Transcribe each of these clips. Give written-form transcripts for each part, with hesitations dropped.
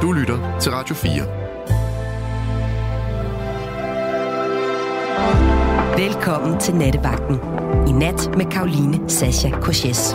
Du lytter til Radio 4. Velkommen til Nattevagten. I nat med Karoline Sascha Koshes.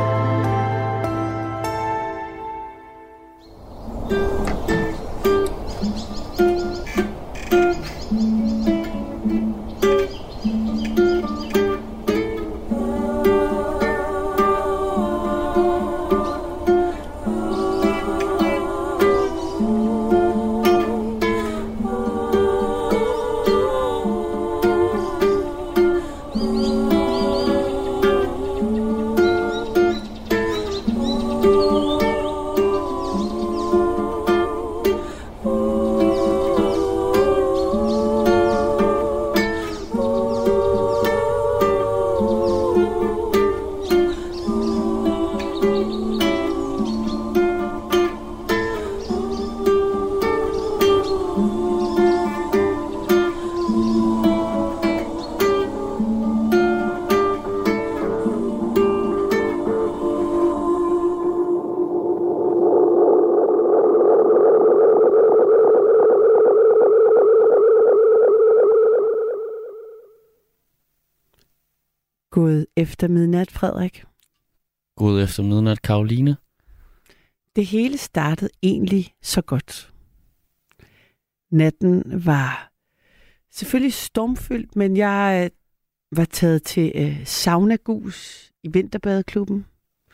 God efter midnat, Frederik. God efter midnat, Karoline. Det hele startede egentlig så godt. Natten var selvfølgelig stormfyldt, men jeg var taget til saunagus i vinterbadeklubben.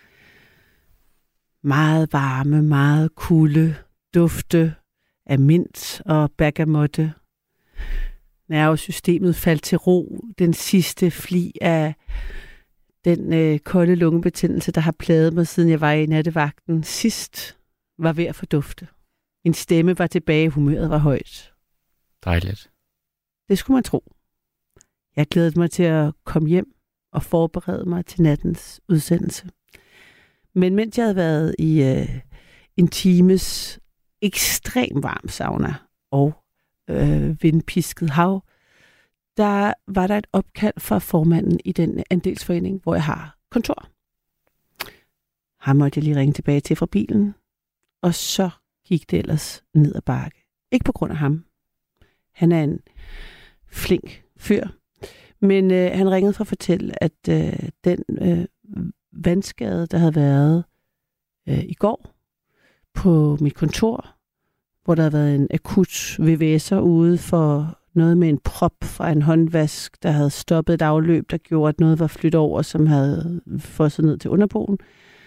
Meget varme, meget kulde, dufte af mint og bergamotte. Nervesystemet faldt til ro. Den sidste fli af den kolde lungebetændelse, der har plaget mig, siden jeg var i nattevagten sidst, var ved at fordufte. Min stemme var tilbage, humøret var højt. Dejligt. Det skulle man tro. Jeg glædede mig til at komme hjem og forberede mig til nattens udsendelse. Men mens jeg havde været i en times ekstrem varm sauna og vindpisket hav, der var der et opkald fra formanden i den andelsforening, hvor jeg har kontor. Ham måtte jeg lige ringe tilbage til fra bilen, og så gik det ellers ned ad bakke. Ikke på grund af ham. Han er en flink fyr, men han ringede for at fortælle, at den vandskade, der havde været i går på mit kontor, hvor der havde været en akut VVS'er ude for noget med en prop fra en håndvask, der havde stoppet et afløb, der gjorde, at noget var flyttet over, som havde fosset ned til underboen,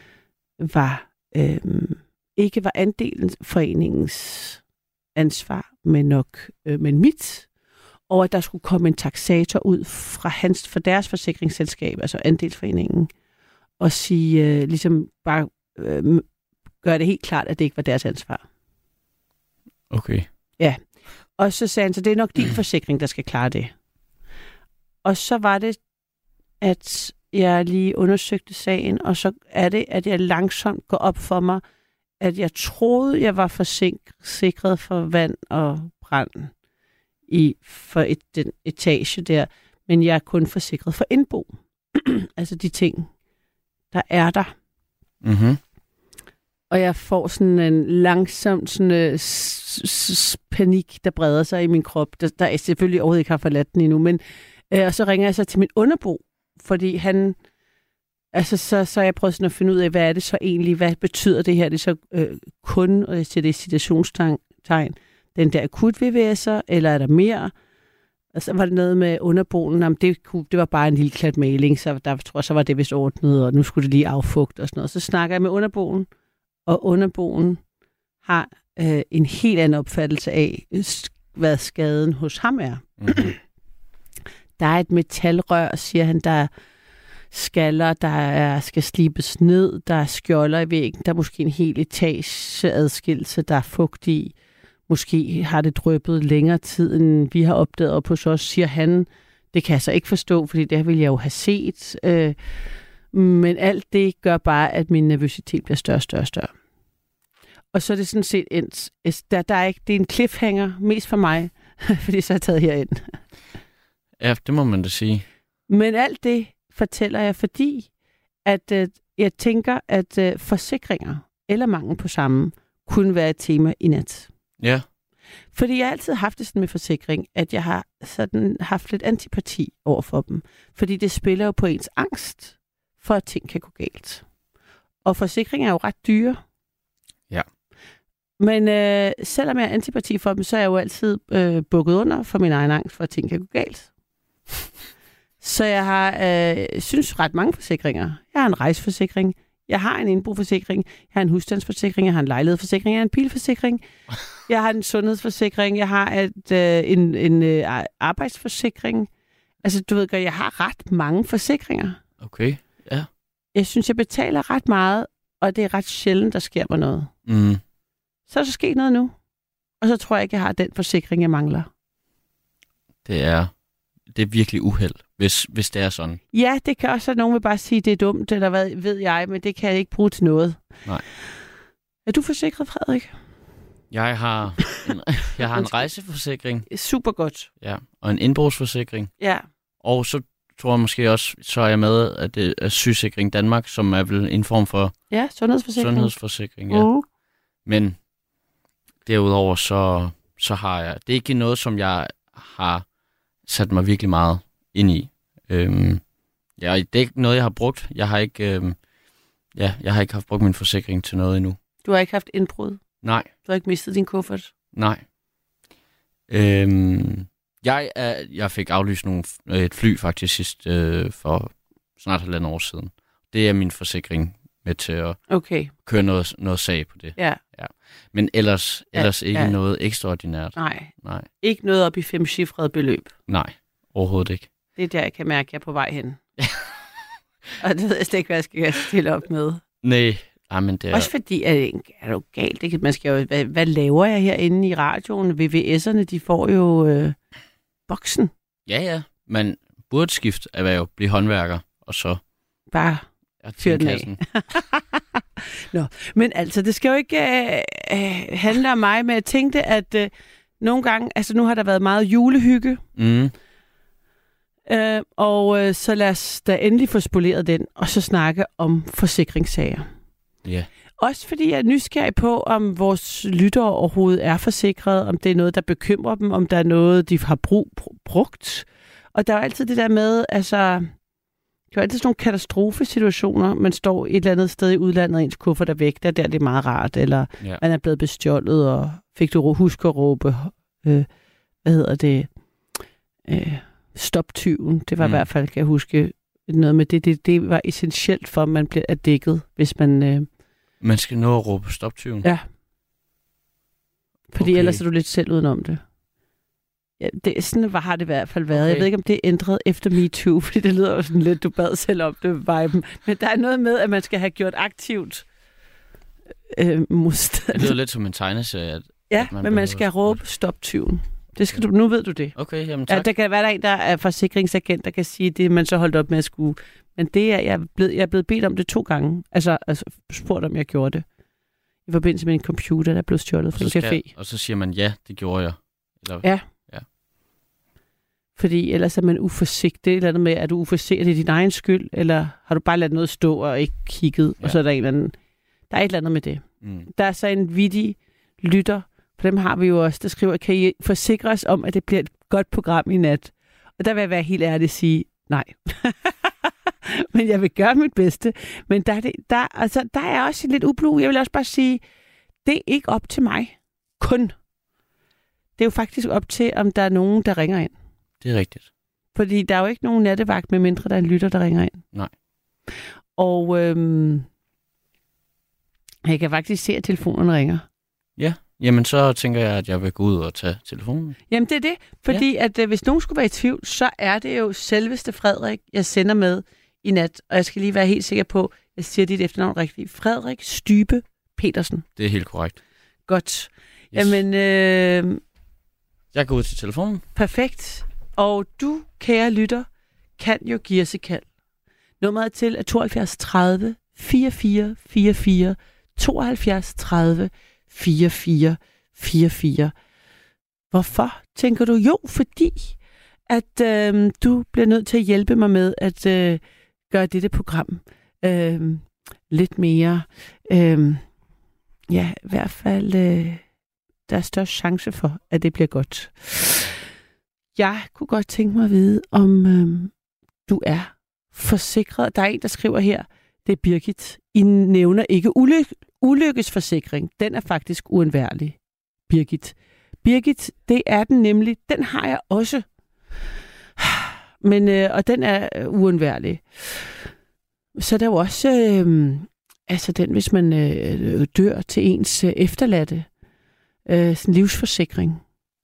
ikke var andelsforeningens ansvar, men mit, og at der skulle komme en taksator ud fra deres forsikringsselskab, altså andelsforeningen, og sige, ligesom bare gøre det helt klart, at det ikke var deres ansvar. Okay. Ja. Og så sagde han, så det er nok din forsikring, der skal klare det. Og så var det, at jeg lige undersøgte sagen, og så er det, at jeg langsomt går op for mig, at jeg troede, jeg var forsikret for vand og brand den etage der, men jeg er kun forsikret for indbo. Altså de ting, der er der. Mhm. Og jeg får sådan en langsom panik, der breder sig i min krop. Der er selvfølgelig overhovedet ikke har forladt den endnu. Men, og så ringer jeg så til min underbo, fordi han... Altså, så jeg prøvet sådan at finde ud af, hvad er det så egentlig? Hvad betyder det her? Det er så kun, og jeg siger det i citationstegn, den der akut VVS'er, eller er der mere? Og så var det noget med underboen. Jamen, det var bare en lille klat maling, så der tror jeg, så var det vist ordnet, og nu skulle det lige affugte og sådan noget. Så snakker jeg med underboen, og underboen har en helt anden opfattelse af, hvad skaden hos ham er. Mm-hmm. Der er et metalrør, siger han, der skaller, skal slibes ned, der er skjolder i væggen, der er måske en hel etageadskillelse, der er fugt i. Måske har det dryppet længere tid, end vi har opdaget op hos os, siger han. Det kan jeg så ikke forstå, fordi det vil jeg jo have set. Men alt det gør bare, at min nervøsitet bliver større, større, større. Og så er det sådan set det er en cliffhanger, mest for mig, fordi så er jeg taget herind. Ja, det må man da sige. Men alt det fortæller jeg, fordi at jeg tænker, at forsikringer eller mangel på samme kunne være et tema i nat. Ja. Fordi jeg har altid haft det sådan med forsikring, at jeg har sådan haft lidt antipati over for dem. Fordi det spiller jo på ens angst for, at ting kan gå galt. Og forsikring er jo ret dyre. Ja. Men selvom jeg har antipati for dem, så er jeg jo altid bukket under for min egen angst for, at ting kan gå galt. Så jeg har, synes ret mange forsikringer. Jeg har en rejseforsikring. Jeg har en indboforsikring. Jeg har en husstandsforsikring. Jeg har en lejlighedsforsikring. Jeg har en bilforsikring. Jeg har en sundhedsforsikring. Jeg har en arbejdsforsikring. Altså, du ved godt, jeg har ret mange forsikringer. Okay, ja. Jeg synes, jeg betaler ret meget, og det er ret sjældent, der sker mig noget. Mm. Så er der sket noget nu. Og så tror jeg ikke, jeg har den forsikring, jeg mangler. Det er virkelig uheld, hvis det er sådan. Ja, det kan også, at nogen vil bare sige, det er dumt, eller hvad ved jeg, men det kan jeg ikke bruge til noget. Nej. Er du forsikret, Frederik? Jeg har en rejseforsikring. Super godt. Ja, og en indbrugsforsikring. Ja. Og så tror jeg måske også, så er jeg med, at det er Sygesikring Danmark, som er vel en form for Ja, sundhedsforsikring. Ja. Men derudover så har jeg... Det er ikke noget, som jeg har sat mig virkelig meget ind i. Ja, det er ikke noget, jeg har brugt. Jeg har ikke haft brugt min forsikring til noget endnu. Du har ikke haft indbrud? Nej. Du har ikke mistet din kuffert? Nej. Jeg fik aflyst et fly faktisk sidst for snart 1,5 år siden. Det er min forsikring med til at køre noget sag på det. Ja. Men ellers ikke noget ekstraordinært. Nej. Ikke noget op i 5-cifrede beløb? Nej, overhovedet ikke. Det er der, jeg kan mærke, at jeg er på vej hen. Og det ved jeg slet ikke, hvad jeg skal stille op med. Nej. Men det er... Også fordi, er du galt? Ikke? Man skal jo, hvad laver jeg herinde i radioen? VVS'erne, de får jo boksen. Ja. Man burde skifte erhverv, blive håndværker, og så... Bare fyre den af. Nå, men altså, det skal jo ikke handle om mig, men jeg tænkte, at nogle gange... Altså, nu har der været meget julehygge. Mm. Og så lad os da endelig få spoleret den, og så snakke om forsikringssager. Ja. Også fordi jeg er nysgerrig på, om vores lyttere overhovedet er forsikret, om det er noget, der bekymrer dem, om der er noget, de har brugt. Og der er jo altid det der med, altså, der er altid sådan nogle katastrofesituationer, man står et eller andet sted i udlandet, og ens kuffert er væk, der det er meget rart, eller man er blevet bestjålet, og fik du huske at råbe, stoptyven. Det var i hvert fald, kan jeg huske, noget med det. Det var essentielt for, at man bliver dækket, hvis man... Man skal nå at råbe stoptyven? Ja. Fordi ellers er du lidt selv udenom det. Ja, sådan har det i hvert fald været. Okay. Jeg ved ikke, om det er ændret efter MeToo, fordi det lyder jo sådan lidt, du bad selv om det, viben. Men der er noget med, at man skal have gjort aktivt modstand. Det lyder lidt som en tegneserie. Men man skal råbe stoptyven. Det skal du, nu ved du det. Okay, jamen tak. Ja, der kan være der en, der er forsikringsagent, der kan sige det, man så holdt op med at skue. Men det er, jeg er blevet bedt om det 2 gange. Altså spurgt, om jeg gjorde det. I forbindelse med en computer, der blev stjålet fra en café. Og så siger man, ja, det gjorde jeg. Eller... Ja. Fordi ellers er man uforsigtig. Eller andet med, er du uforsigtig, det er din egen skyld? Eller har du bare ladet noget stå og ikke kigget? Og så er der en eller anden... Der er et eller andet med det. Mm. Der er så en vittig lytter. For dem har vi jo også, der skriver, kan I forsikre os om, at det bliver et godt program i nat? Og der vil jeg være helt ærlig at sige, nej. Men jeg vil gøre mit bedste. Men der er også lidt ublu. Jeg vil også bare sige, det er ikke op til mig. Kun. Det er jo faktisk op til, om der er nogen, der ringer ind. Det er rigtigt. Fordi der er jo ikke nogen nattevagt, med mindre der er en lytter, der ringer ind. Nej. Og jeg kan faktisk se, at telefonen ringer. Ja. Jamen, så tænker jeg, at jeg vil gå ud og tage telefonen. Jamen, det er det. Fordi at hvis nogen skulle være i tvivl, så er det jo selveste Frederik, jeg sender med i nat. Og jeg skal lige være helt sikker på, at jeg siger dit efternavn rigtigt. Frederik Stybe Petersen. Det er helt korrekt. Godt. Yes. Jamen... jeg går ud til telefonen. Perfekt. Og du, kære lytter, kan jo give os et kald. Nummeret til er 72 30 44 44 72 30 44 44. Hvorfor, tænker du? Jo, fordi at du bliver nødt til at hjælpe mig med at gøre dette program lidt mere ja, i hvert fald, der er størst chance for, at det bliver godt. Jeg kunne godt tænke mig at vide, om du er forsikret. Der er en, der skriver her, det er Birgit. I nævner ikke ulykkesforsikring. Den er faktisk uundværlig, Birgit. Birgit, det er den nemlig. Den har jeg også. Men, og den er uundværlig. Så der er jo også altså den, hvis man dør til ens efterladte. Sådan livsforsikring.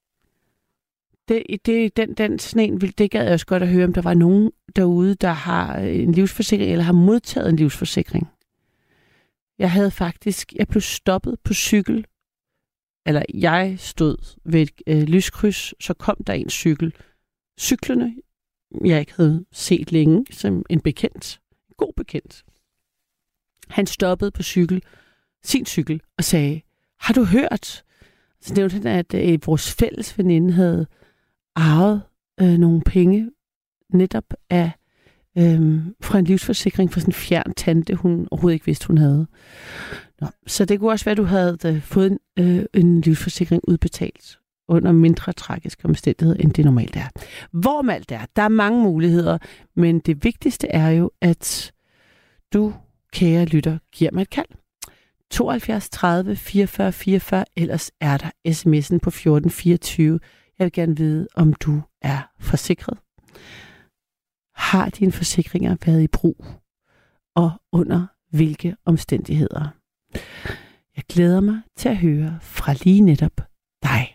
Den sådan en, det gad jeg også godt at høre, om der var nogen derude, der har en livsforsikring, eller har modtaget en livsforsikring. Jeg blev stoppet på cykel, eller jeg stod ved et lyskryds, så kom der en cykel. Cyklerne, jeg ikke havde set længe, som en bekendt, en god bekendt. Han stoppede på sin cykel, og sagde, har du hørt? Så nævnte han, at vores fælles veninde havde arvet nogle penge netop af fra en livsforsikring for sådan en fjern tante, hun overhovedet ikke vidste, hun havde. Nå, så det kunne også være, at du havde fået en livsforsikring udbetalt under mindre tragiske omstændigheder, end det normalt er. Hvorom alt er, der er mange muligheder, men det vigtigste er jo, at du, kære lytter, giver mig et kald. 72 30 44 44, ellers er der sms'en på 1424. Jeg vil gerne vide, om du er forsikret. Har dine forsikringer været i brug? Og under hvilke omstændigheder? Jeg glæder mig til at høre fra lige netop dig.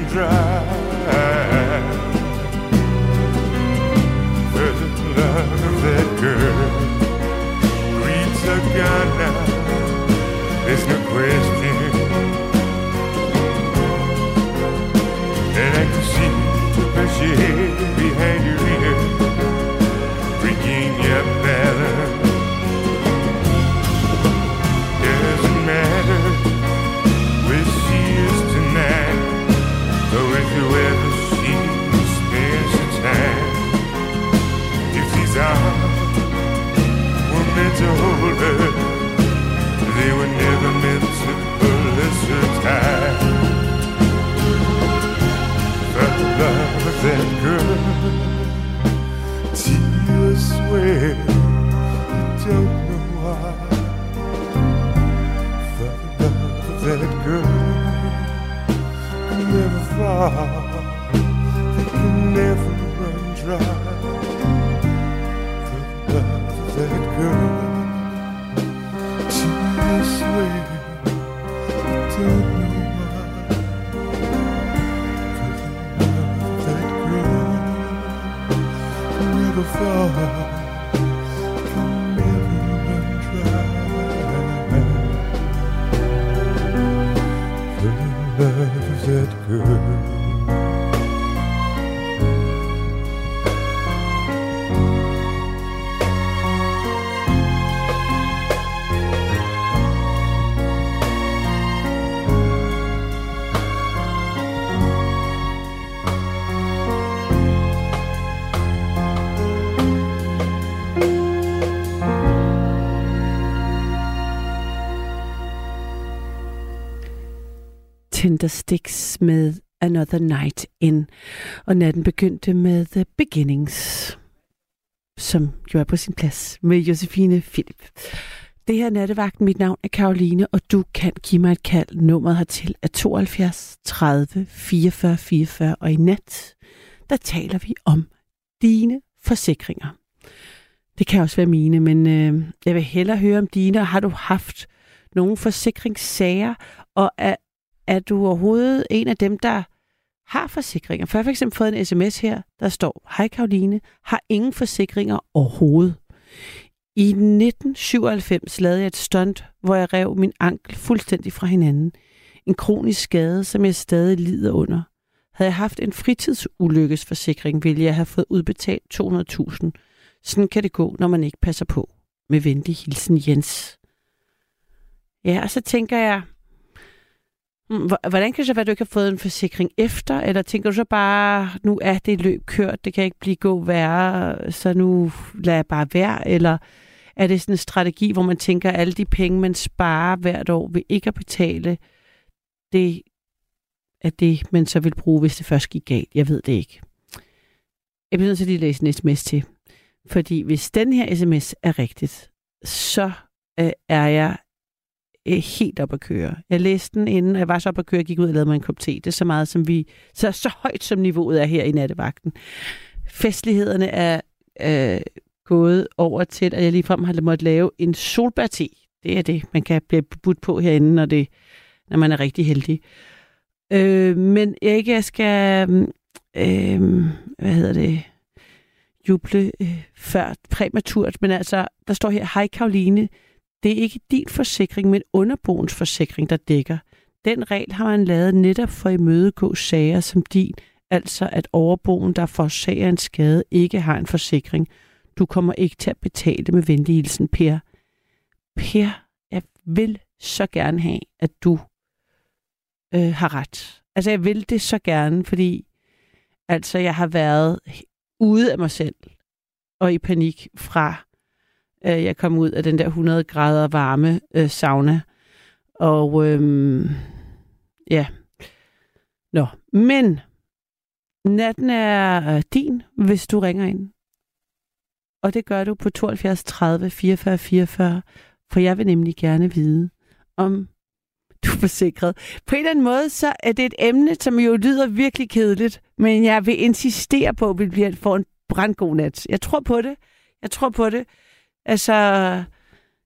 dry. For the love of that girl, greets are gone now, there's no question. And I can see the pressure behind your ear, regain your balance. Doesn't matter where she is tonight, or with whoever she spends her time. If these arms were meant to hold her, they were never meant to pull us tight. For the love of that girl, tears swear you don't know why. For the love of that girl, you never fall, you can never run dry. For the love of that girl, tears swear you don't know. Fall, can never run dry. For the love of that girl. Tindersticks med Another Night In. Og natten begyndte med The Beginnings, som jo er på sin plads med Josefine Philip. Det her nattevagten. Mit navn er Karoline, og du kan give mig et kald. Nummeret hertil er 72 30 44 44, og i nat, der taler vi om dine forsikringer. Det kan også være mine, men jeg vil hellere høre om dine. Har du haft nogle forsikringssager, og er du overhovedet en af dem, der har forsikringer? For jeg har for eksempel fået en sms her, der står: Hej Karoline, har ingen forsikringer overhovedet. I 1997 lavede jeg et stunt, hvor jeg rev min ankel fuldstændig fra hinanden. En kronisk skade, som jeg stadig lider under. Havde jeg haft en fritidsulykkesforsikring, ville jeg have fået udbetalt 200.000. Sådan kan det gå, når man ikke passer på. Med venlig hilsen, Jens. Ja, og så tænker jeg, hvordan kan det så være, at du ikke har fået en forsikring efter? Eller tænker du så bare, nu er det løb kørt, det kan ikke blive gå værre, så nu lader jeg bare være? Eller er det sådan en strategi, hvor man tænker, at alle de penge, man sparer hvert år ved ikke at betale, det er det, man så vil bruge, hvis det først gik galt? Jeg ved det ikke. Jeg bliver nødt til at lige læse en sms til. Fordi hvis den her sms er rigtigt, så er jeg helt op at køre. Jeg læste den inden, og jeg var så op at køre, gik ud og lavede mig en kop te. Det er så meget, som vi... Så højt som niveauet er her i nattevagten. Festlighederne er gået over til, at jeg ligefrem har måttet lave en solbærte. Det er det, man kan blive budt på herinde, når man er rigtig heldig. Men jeg skal... juble før præmaturt. Men altså, der står her: Hej Karoline, det er ikke din forsikring, men underboens forsikring, der dækker. Den regel har man lavet netop for at imødegå sager som din, altså at overboen, der forårsager en skade, ikke har en forsikring. Du kommer ikke til at betale. Med venlig hilsen, Per. Per, jeg vil så gerne have, at du har ret. Altså, jeg vil det så gerne, fordi altså, jeg har været ude af mig selv og i panik fra jeg kom ud af den der 100 grader varme sauna. Og ja. Nå, men natten er din, hvis du ringer ind. Og det gør du på 72 30 44 44, for jeg vil nemlig gerne vide, om du er forsikret. På en eller anden måde, så er det et emne, som jo lyder virkelig kedeligt, men jeg vil insistere på, at vi får en brandgod nat. Jeg tror på det. Altså,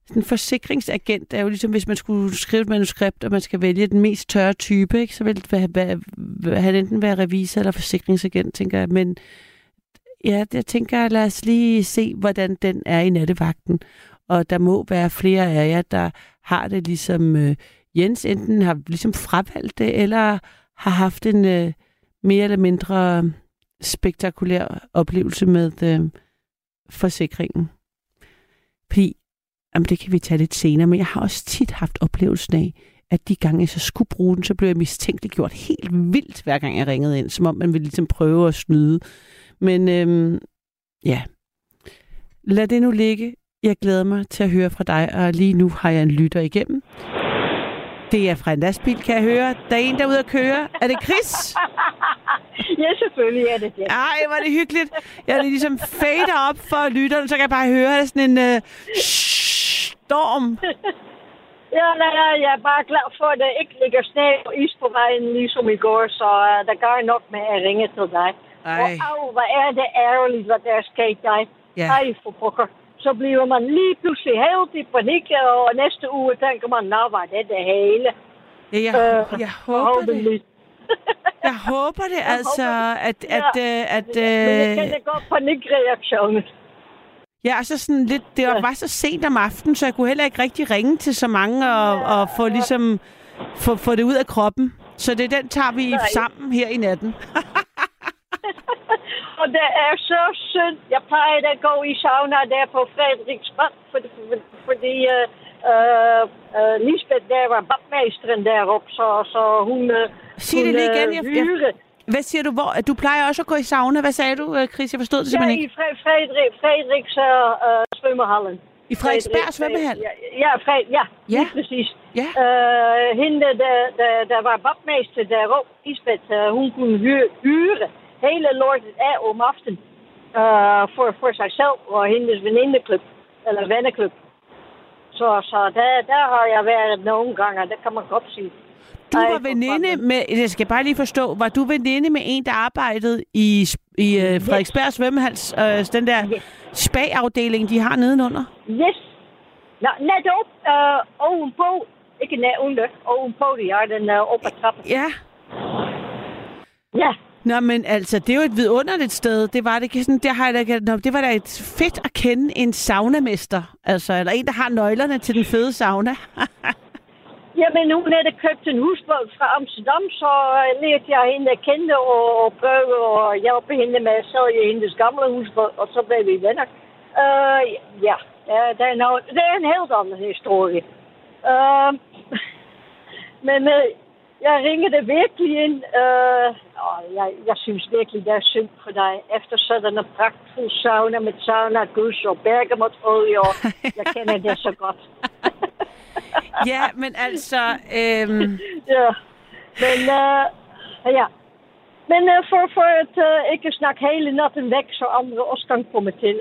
en forsikringsagent er jo ligesom, hvis man skulle skrive et manuskript, og man skal vælge den mest tørre type, ikke? Så vil han enten være revisor eller forsikringsagent, tænker jeg. Men ja, jeg tænker, lad os lige se, hvordan den er i nattevagten. Og der må være flere af jer, der har det ligesom Jens, enten har ligesom fravalgt det, eller har haft en mere eller mindre spektakulær oplevelse med forsikringen. Fordi, jamen det kan vi tage lidt senere, men jeg har også tit haft oplevelsen af, at de gange, jeg så skulle bruge den, så blev jeg mistænkeliggjort helt vildt, hver gang jeg ringede ind, som om man ville ligesom prøve at snyde. Men ja, lad det nu ligge. Jeg glæder mig til at høre fra dig, og lige nu har jeg en lytter igennem. Det er fra en lastbil, kan jeg høre. Der er en derude at køre. Er det Chris? Ja, selvfølgelig er det det. Ej, hvor er det hyggeligt. Jeg er ligesom fader op for lytteren, så kan jeg bare høre, at det er sådan en storm. Ja, jeg er bare glad for, at der ikke ligger sne og is på vejen, ligesom i går, så der går nok med at ringe til dig. Og hvor er det ærgerligt, hvad der er sket dig. Ja. Ej, for pokker. Så bliver man lige pludselig helt i panik, og næste uge tænker man, nå, var det det hele? Ja, jeg håber det. Jeg håber det, altså, at Men jeg kender godt panikreaktionen. Ja, altså sådan lidt, det var så sent om aftenen, så jeg kunne heller ikke rigtig ringe til så mange og få ligesom, få det ud af kroppen. Så den tager vi sammen her i natten. Og det er så synd. Jeg plejer at gå i sauna der på Frederiksberg, fordi Lisbeth der var badmesteren deroppe, så hun sig det lige igen. Hvad siger du? Du plejer også at gå i sauna. Hvad sagde du, Chris? Jeg forstod det simpelthen ikke. Ja, i Frederiks svømmehallen. I Frederiksberg svømmehal? Ja, præcis. Ja. Hende, der var badmester deroppe, Lisbeth, hun kunne hyre hele lortet af om aftenen for sig selv og hendes venindeklub, eller venneklub. Så der har jeg været nogle gange, det kan man godt sige. Du var veninde med, jeg skal bare lige forstå, var du veninde med en, der arbejdede i Frederiksberg svømmehals, den der spa-afdeling, de har nedenunder? Yes. Netop ovenpå, ikke nedunder, ovenpå, de har den op ad trappen. Ja. Ja. Nå, men altså, det er jo et vidunderligt sted. Det var det sådan, det var da et fedt at kende en saunamester, altså, eller en, der har nøglerne til den fede sauna. Jamen, hun havde købt en husbåd fra Amsterdam, så lærte jeg hende at kende og prøve at hjælpe hende med at sælge hendes gamle husbåd, og så blev vi venner. Ja, det er en helt anden historie. Men jeg ringede virkelig ind. Jeg synes virkelig, det er synd for dig. Efter sådan en pragtfuld sauna med sauna-gus og bergamotolie, og jeg kender det så godt. Ja, men altså... Ja, men ja. Men for at ikke snakke hele natten væk, så andre også kan komme til.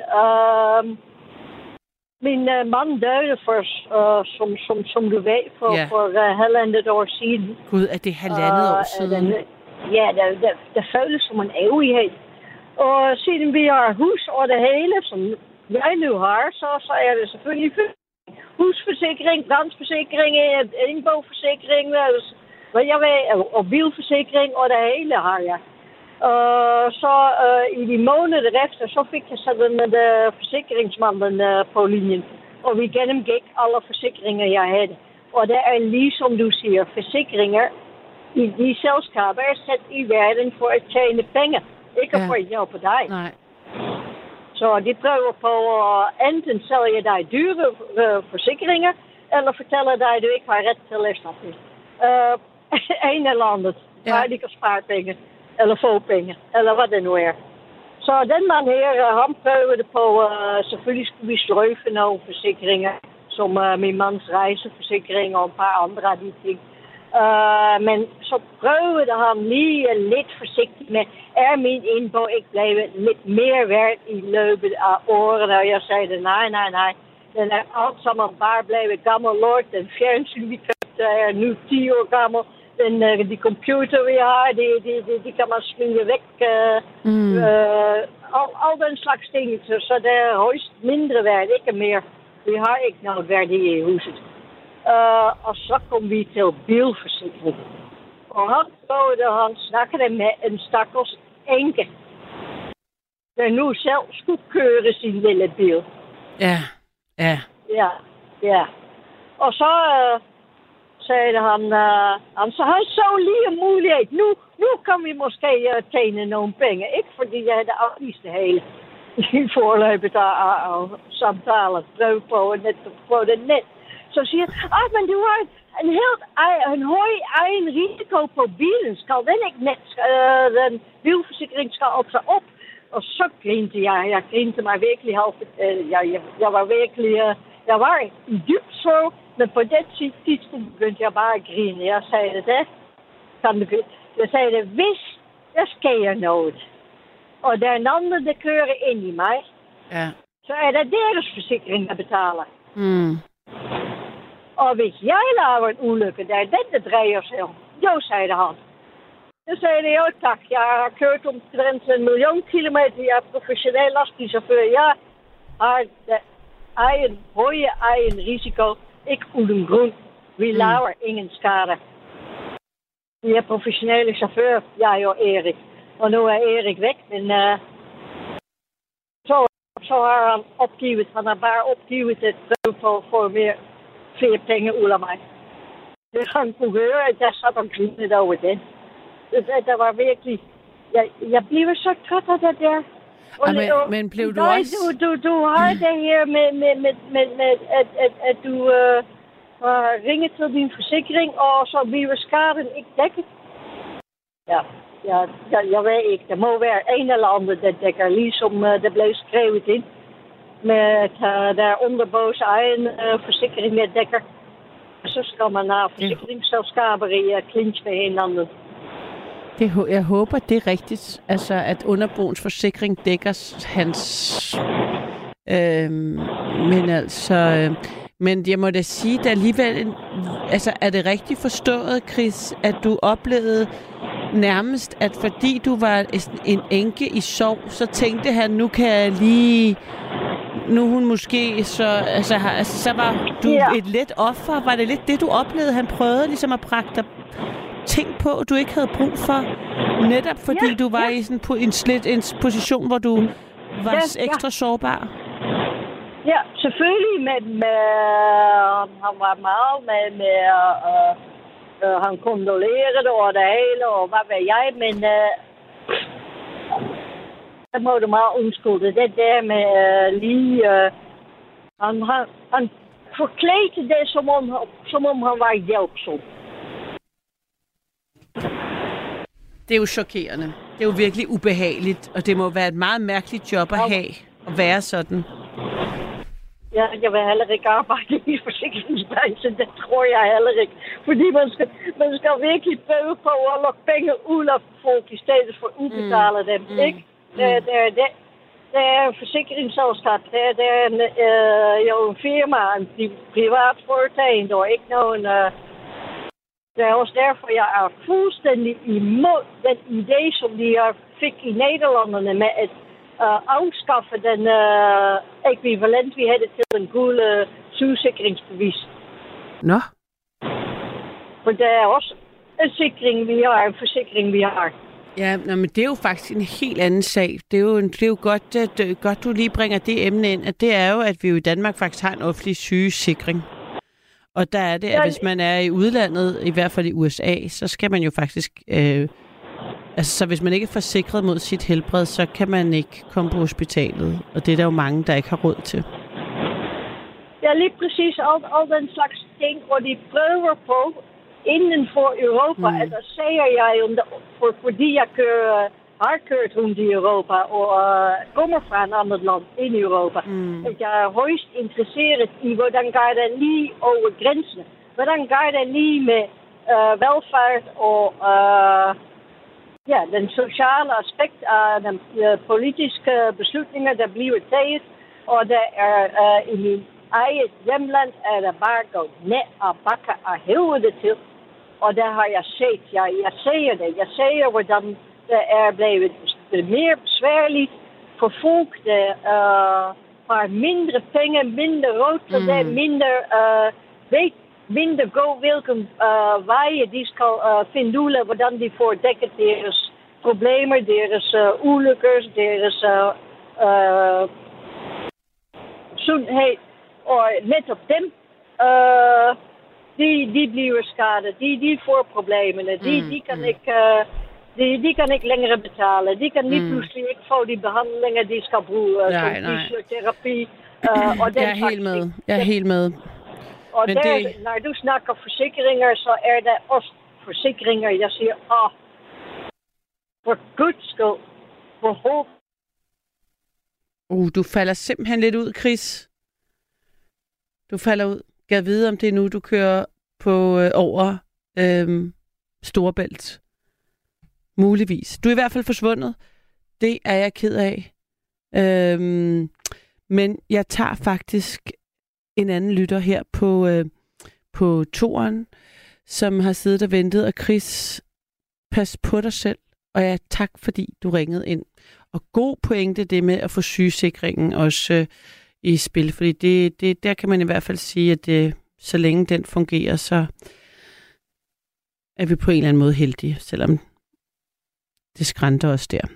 Min mand døde først, som du ved, for halvandet år siden. Gud, er det halvandet år siden? Ja, det føles som en evighed. Og siden vi har hus og det hele, som jeg nu har, så er det selvfølgelig husforsikring, brandforsikring, indboforsikring, hvad jeg ved, og bilforsikring, og det hele har jeg. Så i de måneder efter, så fik jeg sådan med forsikringsmanden på linjen. Og vi gennemgik alle forsikringer, jeg havde. Og det er ligesom du siger, forsikringer i de selskaber er sat i verden for at tjene penge. Ikke for at hjælpe dig. Nej. Så de prøver på at enten sælge dig dyre forsikringer, eller fortæller dig, at du ikke har ret til erstatning. En eller andet. Waar de kan spare penge. Eller få penge. Eller hvad det nu er. Så den man her, han prøvede på, selvfølgelig skulle vi sløjfe nogle forsikringer. Som min mands rejseforsikring og et par andre af de ting. Men så prøvede han lige lidt forsigtigt med, er min indbog ikke blevet lidt mere værd i løbet af årene? Og jeg sagde, nej. Den er alt sammen bare blevet gammel lort. Den fjernsyn, vi købte, er nu 10 år gammel. De computer, vi har, de kan man smide væk. Al den slags ting. Så det er højst mindre værd, ikke mere. Vi har ikke noget værdi i huset. Og så kom vi til bilforsikring. Og han snakkede med en stakkels enke, der nu selv skulle køre sin lille bil. Ja. Og så sagde han, så han så lige en mulighed. Nu kan vi måske tjene nogle penge. Ikke fordi jeg havde afvist det hele i forløbet af samtaler, prøve på det net. Så siger han, men du har en høj egen risiko på bilen. Skal den ikke net, den bilforsikring skal op sig op. Og så grinte jeg. Jeg grinte mig virkelig halvt. Jeg var virkelig, jeg var i dybt sorg, men på det tidspunkt begyndte jeg bare at grine. Jeg sagde jeg sagde det, hvis der sker noget, og der er en anden, der kører ind i mig, så er det deres forsikring, der betaler. Og hvis jeg laver en ulykke, der er den, der drejer sig om. Jo, sagde han. Så sagde jeg, jo tak, jeg har kørt omtrent 1 million kilometer, jeg er professionel lastbilchauffør. Jeg har høje egen risiko, ikke uden grund. Vi laver ingen skade. Vi er professionelle chauffør, jeg og Erik. Og nu er Erik væk, men så har han opgivet. Han har bare opgivet et prøve på at få flere penge ud af mig. Det han kunne høre, at jeg satte og grinede over det. Det var virkelig... Jeg blev så træt af det der. Men blev du også... Du har det her med at du har ringet til din forsikring, og så bliver skaden ikke dækket. Jeg ved ikke. Der må være en eller anden, der dækker, ligesom det blev skrevet ind. Med at der er underbogs egen forsikring med dækker. Så skal man have forsikringsselskaber i clinch med hinanden. Jeg håber, det er rigtigt. Altså, at underboens forsikring dækker hans... Men jeg må da sige, at alligevel... Altså, er det rigtigt forstået, Chris, at du oplevede nærmest, at fordi du var en enke i sorg, så tænkte han, nu kan jeg lige... Nu hun måske så... så var du et let offer. Var det lidt det, du oplevede? Han prøvede ligesom at prakke dig ting på, du ikke havde brug for, netop fordi du var i sådan en position, hvor du var ekstra sårbar? Ja, selvfølgelig med han var meget med han kondolerede over det hele, og hvad ved jeg, men der må du meget undskylde. Det der med han forklædte det, som om han var hjælpsom. Det er jo chokerende. Det er jo virkelig ubehageligt, og det må være et meget mærkeligt job at have, at være sådan. Ja, jeg vil heller ikke arbejde i forsikringsbranchen, det tror jeg heller ikke. Fordi man skal virkelig prøve på at lukke penge ud af folk, i stedet for at udbetale dem, ikke? Det er en forsikringsselskab, det er jo en firma, en privat foretagende, og ikke nogen... Det er også derfor, jeg er fuldstændig imod den idé, som de fik i Nederlandene med at afskaffe den ekvivalent, vi havde til en gule sygesikringsbevis. Nå? For det er også en forsikring, vi har. Ja, men det er jo faktisk en helt anden sag. Det er jo godt, du lige bringer det emne ind, at det er jo, at vi jo i Danmark faktisk har en offentlig sygesikring. Og der er det, at hvis man er i udlandet, i hvert fald i USA, så skal man jo faktisk... så hvis man ikke er forsikret mod sit helbred, så kan man ikke komme på hospitalet. Og det er der jo mange, der ikke har råd til. Ja, lige præcis. Al den slags ting, hvor de prøver på inden for Europa. Altså siger jeg, fordi jeg har kørt rundt i Europa og kommer fra en andet land ind i Europa. At jeg er højst interesseret i, hvordan går det lige over grænsen. Hvordan går det lige med velfærd og den sociale aspekt af de politiske beslutninger, der bliver taget. Og der er i min eget hjemland, er der bare gået ned og bakker af helvede til. Og der har jeg set, jeg ser det. Jeg ser, hvordan det er blevet mere besværligt for folk, der har mindre penge, mindre råd til det, ved mindre godt, hvilke veje de skal finde ud af, hvordan de får dækket deres problemer, deres ulykker, deres sundhed. Og netop dem, de bliver skadet, de får problemerne, de kan ikke længere betale, de kan lige pludselig ikke få de behandlinger, de skal bruge, som fysioterapi. Og jeg er helt med. Og når du snakker forsikringer, så er der også forsikringer, jeg siger, for guds skyld, for du falder simpelthen lidt ud, Chris. Du falder ud. Gad vide, om det er nu, du kører på over Storebælt. Muligvis. Du er i hvert fald forsvundet. Det er jeg ked af. Men jeg tager faktisk en anden lytter her på toeren, som har siddet og ventet. Og Chris, pas på dig selv. Og ja, tak fordi du ringede ind. Og god pointe det med at få sygesikringen også i spil. Fordi der kan man i hvert fald sige, at så længe den fungerer, så er vi på en eller anden måde heldige, selvom det skrænter os der.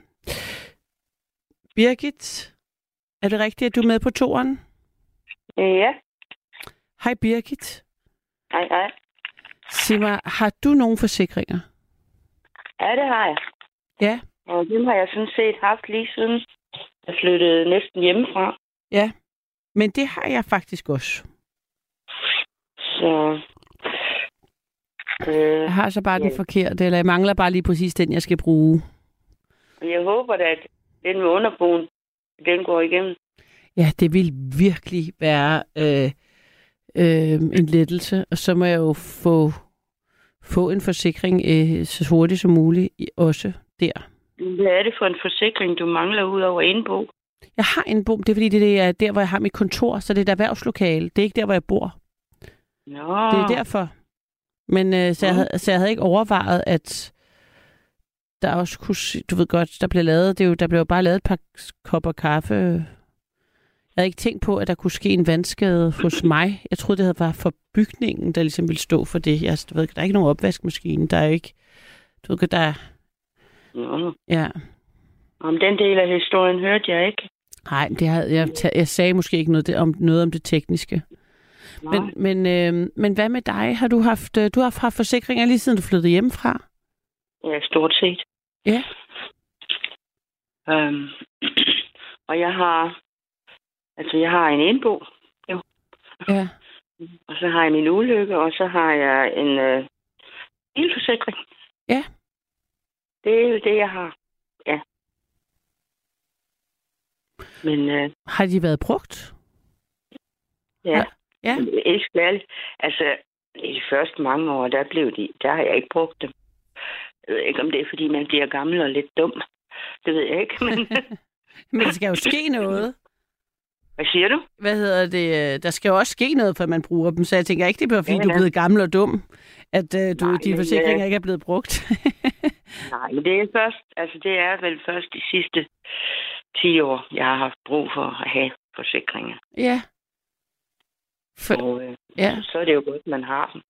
Birgit, er det rigtigt, at du er med på toeren? Ja. Hej Birgit. Hej. Sig mig, har du nogle forsikringer? Ja, det har jeg. Ja. Og dem har jeg sådan set haft lige siden jeg flyttede næsten hjemmefra. Ja, men det har jeg faktisk også. Så... jeg har så bare den forkerte, eller jeg mangler bare lige præcis den, jeg skal bruge. Jeg håber at den med underboen, den går igennem. Ja, det vil virkelig være en lettelse, og så må jeg jo få en forsikring så hurtigt som muligt også der. Hvad er det for en forsikring, du mangler ud over Indbo? Jeg har Indbo, det er fordi, det er der, hvor jeg har mit kontor, så det er et erhvervslokale. Det er ikke der, hvor jeg bor. Nå. Det er derfor. Men så jeg havde ikke overvejet, at der også kunne... Du ved godt, der blev jo bare lavet et par kopper kaffe. Jeg havde ikke tænkt på, at der kunne ske en vandskade hos mig. Jeg troede, det var for bygningen, der ligesom ville stå for det. Du ved, der er ikke nogen opvaskemaskine. Der er ikke... Du ved, der er... Ja. Om den del af historien hørte jeg ikke. Nej, jeg sagde måske ikke noget om det tekniske. Men hvad med dig? Har du haft forsikringer lige siden du flyttede hjemmefra? Ja, stort set. Ja. Og jeg har en Indbo. Jo. Ja. Og så har jeg min ulykke, og så har jeg en bilforsikring. Ja. Det er jo det, jeg har. Ja. Men... har de været brugt? Ja. Ja. Ikke særligt. Altså, i de første mange år, der har jeg ikke brugt dem. Jeg ved ikke, om det er, fordi man bliver gammel og lidt dum. Det ved jeg ikke, men... Men der skal jo ske noget. Hvad siger du? Hvad hedder det? Der skal jo også ske noget, før man bruger dem. Så jeg tænker ikke, det er fordi, du er blevet gammel og dum, at dine forsikringer ikke er blevet brugt. Nej, men det er vel først de sidste 10 år, jeg har haft brug for at have forsikringer. Ja. Så er det jo godt, man har dem.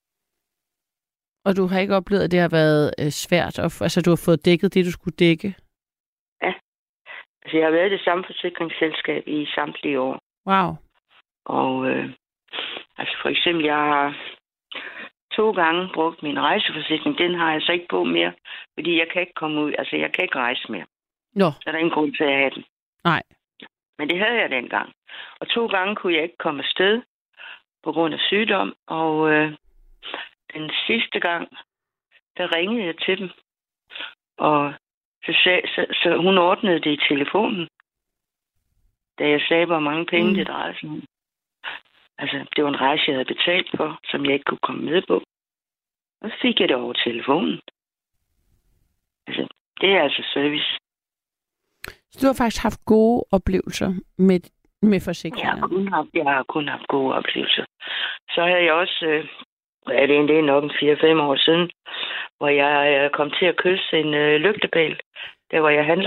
Og du har ikke oplevet, at det har været svært? Altså, du har fået dækket det, du skulle dække? Ja. Altså, jeg har været i det samme forsikringsselskab i samtlige år. Wow. Og for eksempel, jeg har 2 gange brugt min rejseforsikring. Den har jeg så ikke på mere, fordi jeg kan ikke komme ud. Altså, jeg kan ikke rejse mere. Nå. Så er der ingen grund til at have den. Nej. Men det havde jeg dengang. Og 2 gange kunne jeg ikke komme afsted på grund af sygdom. Og den sidste gang, der ringede jeg til dem. Og så hun ordnede det i telefonen. Da jeg sagde, hvor mange penge det drejede sig om. Altså, det var en rejse, jeg havde betalt for, som jeg ikke kunne komme med på. Og så fik jeg det over telefonen. Altså, det er altså service. Så du har faktisk haft gode oplevelser med forsikringer? Jeg har kun haft gode oplevelser. Så havde jeg også, det er nok 4-5 år siden, hvor jeg kom til at kysse en lygtepæl, der hvor jeg handler.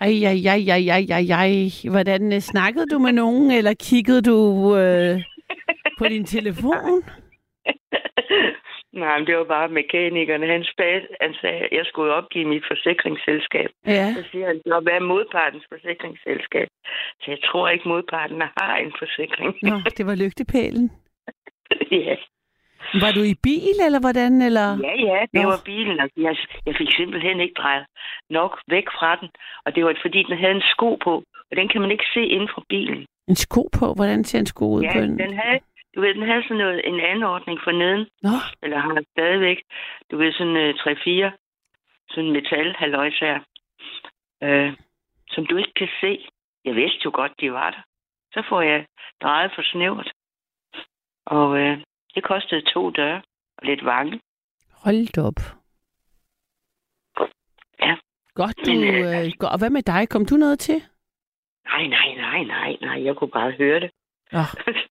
Hvordan snakkede du med nogen, eller kiggede du på din telefon? Nej, men det var bare mekanikeren. Han sagde, at jeg skulle opgive mit forsikringsselskab. Ja. Så siger han, hvad er modpartens forsikringsselskab? Så jeg tror ikke, modparten har en forsikring. Nå, det var lygtepælen. Ja. Var du i bil, eller hvordan? Eller? Ja, det var bilen. Altså, jeg fik simpelthen ikke drejet nok væk fra den. Og det var fordi, den havde en sko på. Og den kan man ikke se inden for bilen. En sko på? Hvordan ser en sko ud på den? Den havde sådan noget, en anordning for neden. Nå. Eller har stadigvæk. Du ved, sådan 3-4 sådan metalhalløjsager, som du ikke kan se. Jeg vidste jo godt, de var der. Så får jeg drejet for snævert. Og det kostede 2 døre og lidt vange. Hold op. Ja. Godt, du... og hvad med dig? Kom du noget til? Nej. Jeg kunne bare høre det. Oh.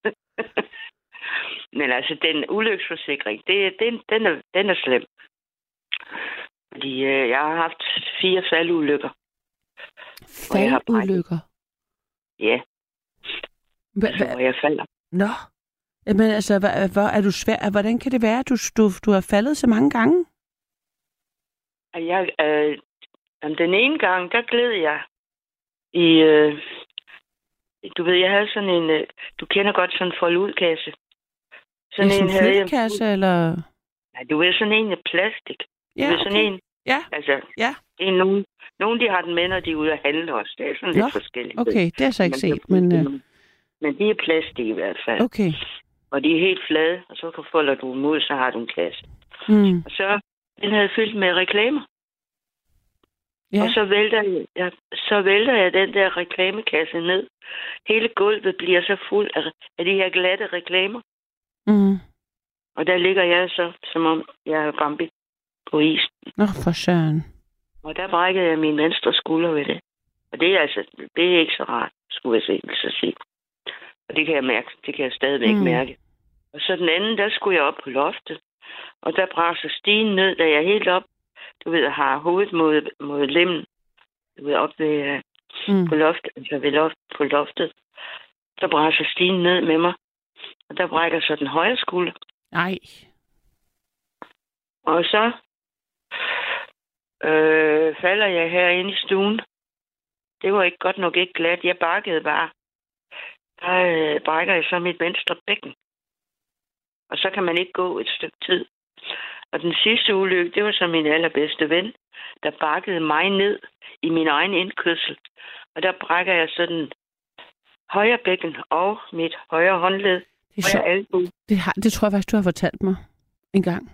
Men altså, den ulykkesforsikring, den er slem. Fordi jeg har haft 4 faldulykker. Faldulykker? Ja. Hvor jeg falder. Nå. Men altså, hvor er du svær? Hvordan kan det være, at du har faldet så mange gange? Den ene gang, der gled jeg i... du ved, jeg havde sådan en... du kender godt sådan en fold-ud-kasse. Sådan en flyttekasse, eller... Nej, du ved, sådan en af plastik. Ja, du ved, sådan en... Ja, altså, ja. Nogen, de har den med, når de er ude at handle også. Det er sådan lidt forskelligt. Okay, det har jeg så ikke set, men... Men de er plastik i hvert fald. Okay. Og de er helt flade, og så folder du dem ud, så har du en kasse. Mm. Og så, den havde fyldt med reklamer. Ja. Og så vælter jeg den der reklamekasse ned. Hele gulvet bliver så fuld af de her glatte reklamer. Mm. Og der ligger jeg så, som om jeg er Bambi på isen. Nå, for søren. Og der brækkede jeg min venstre skulder ved det. Og det er ikke så rart, skulle jeg så sige. Og det kan jeg mærke. Det kan jeg stadigvæk mærke. Og så den anden, der skulle jeg op på loftet. Og der braser stigen ned, da jeg er helt op. Du ved, har hovedet mod lemmen. Du ved, op ved, på loftet. Altså på loftet. Der braser stigen ned med mig. Og der brækker så den højre skulder. Nej. Og så falder jeg herinde i stuen. Det var ikke godt nok ikke glat. Jeg bakkede bare. Der brækker jeg så mit venstre bækken. Og så kan man ikke gå et stykke tid. Og den sidste ulykke, det var så min allerbedste ven, der bakkede mig ned i min egen indkørsel. Og der brækker jeg sådan højre bækken og mit højre håndled. Det tror jeg faktisk, du har fortalt mig en gang.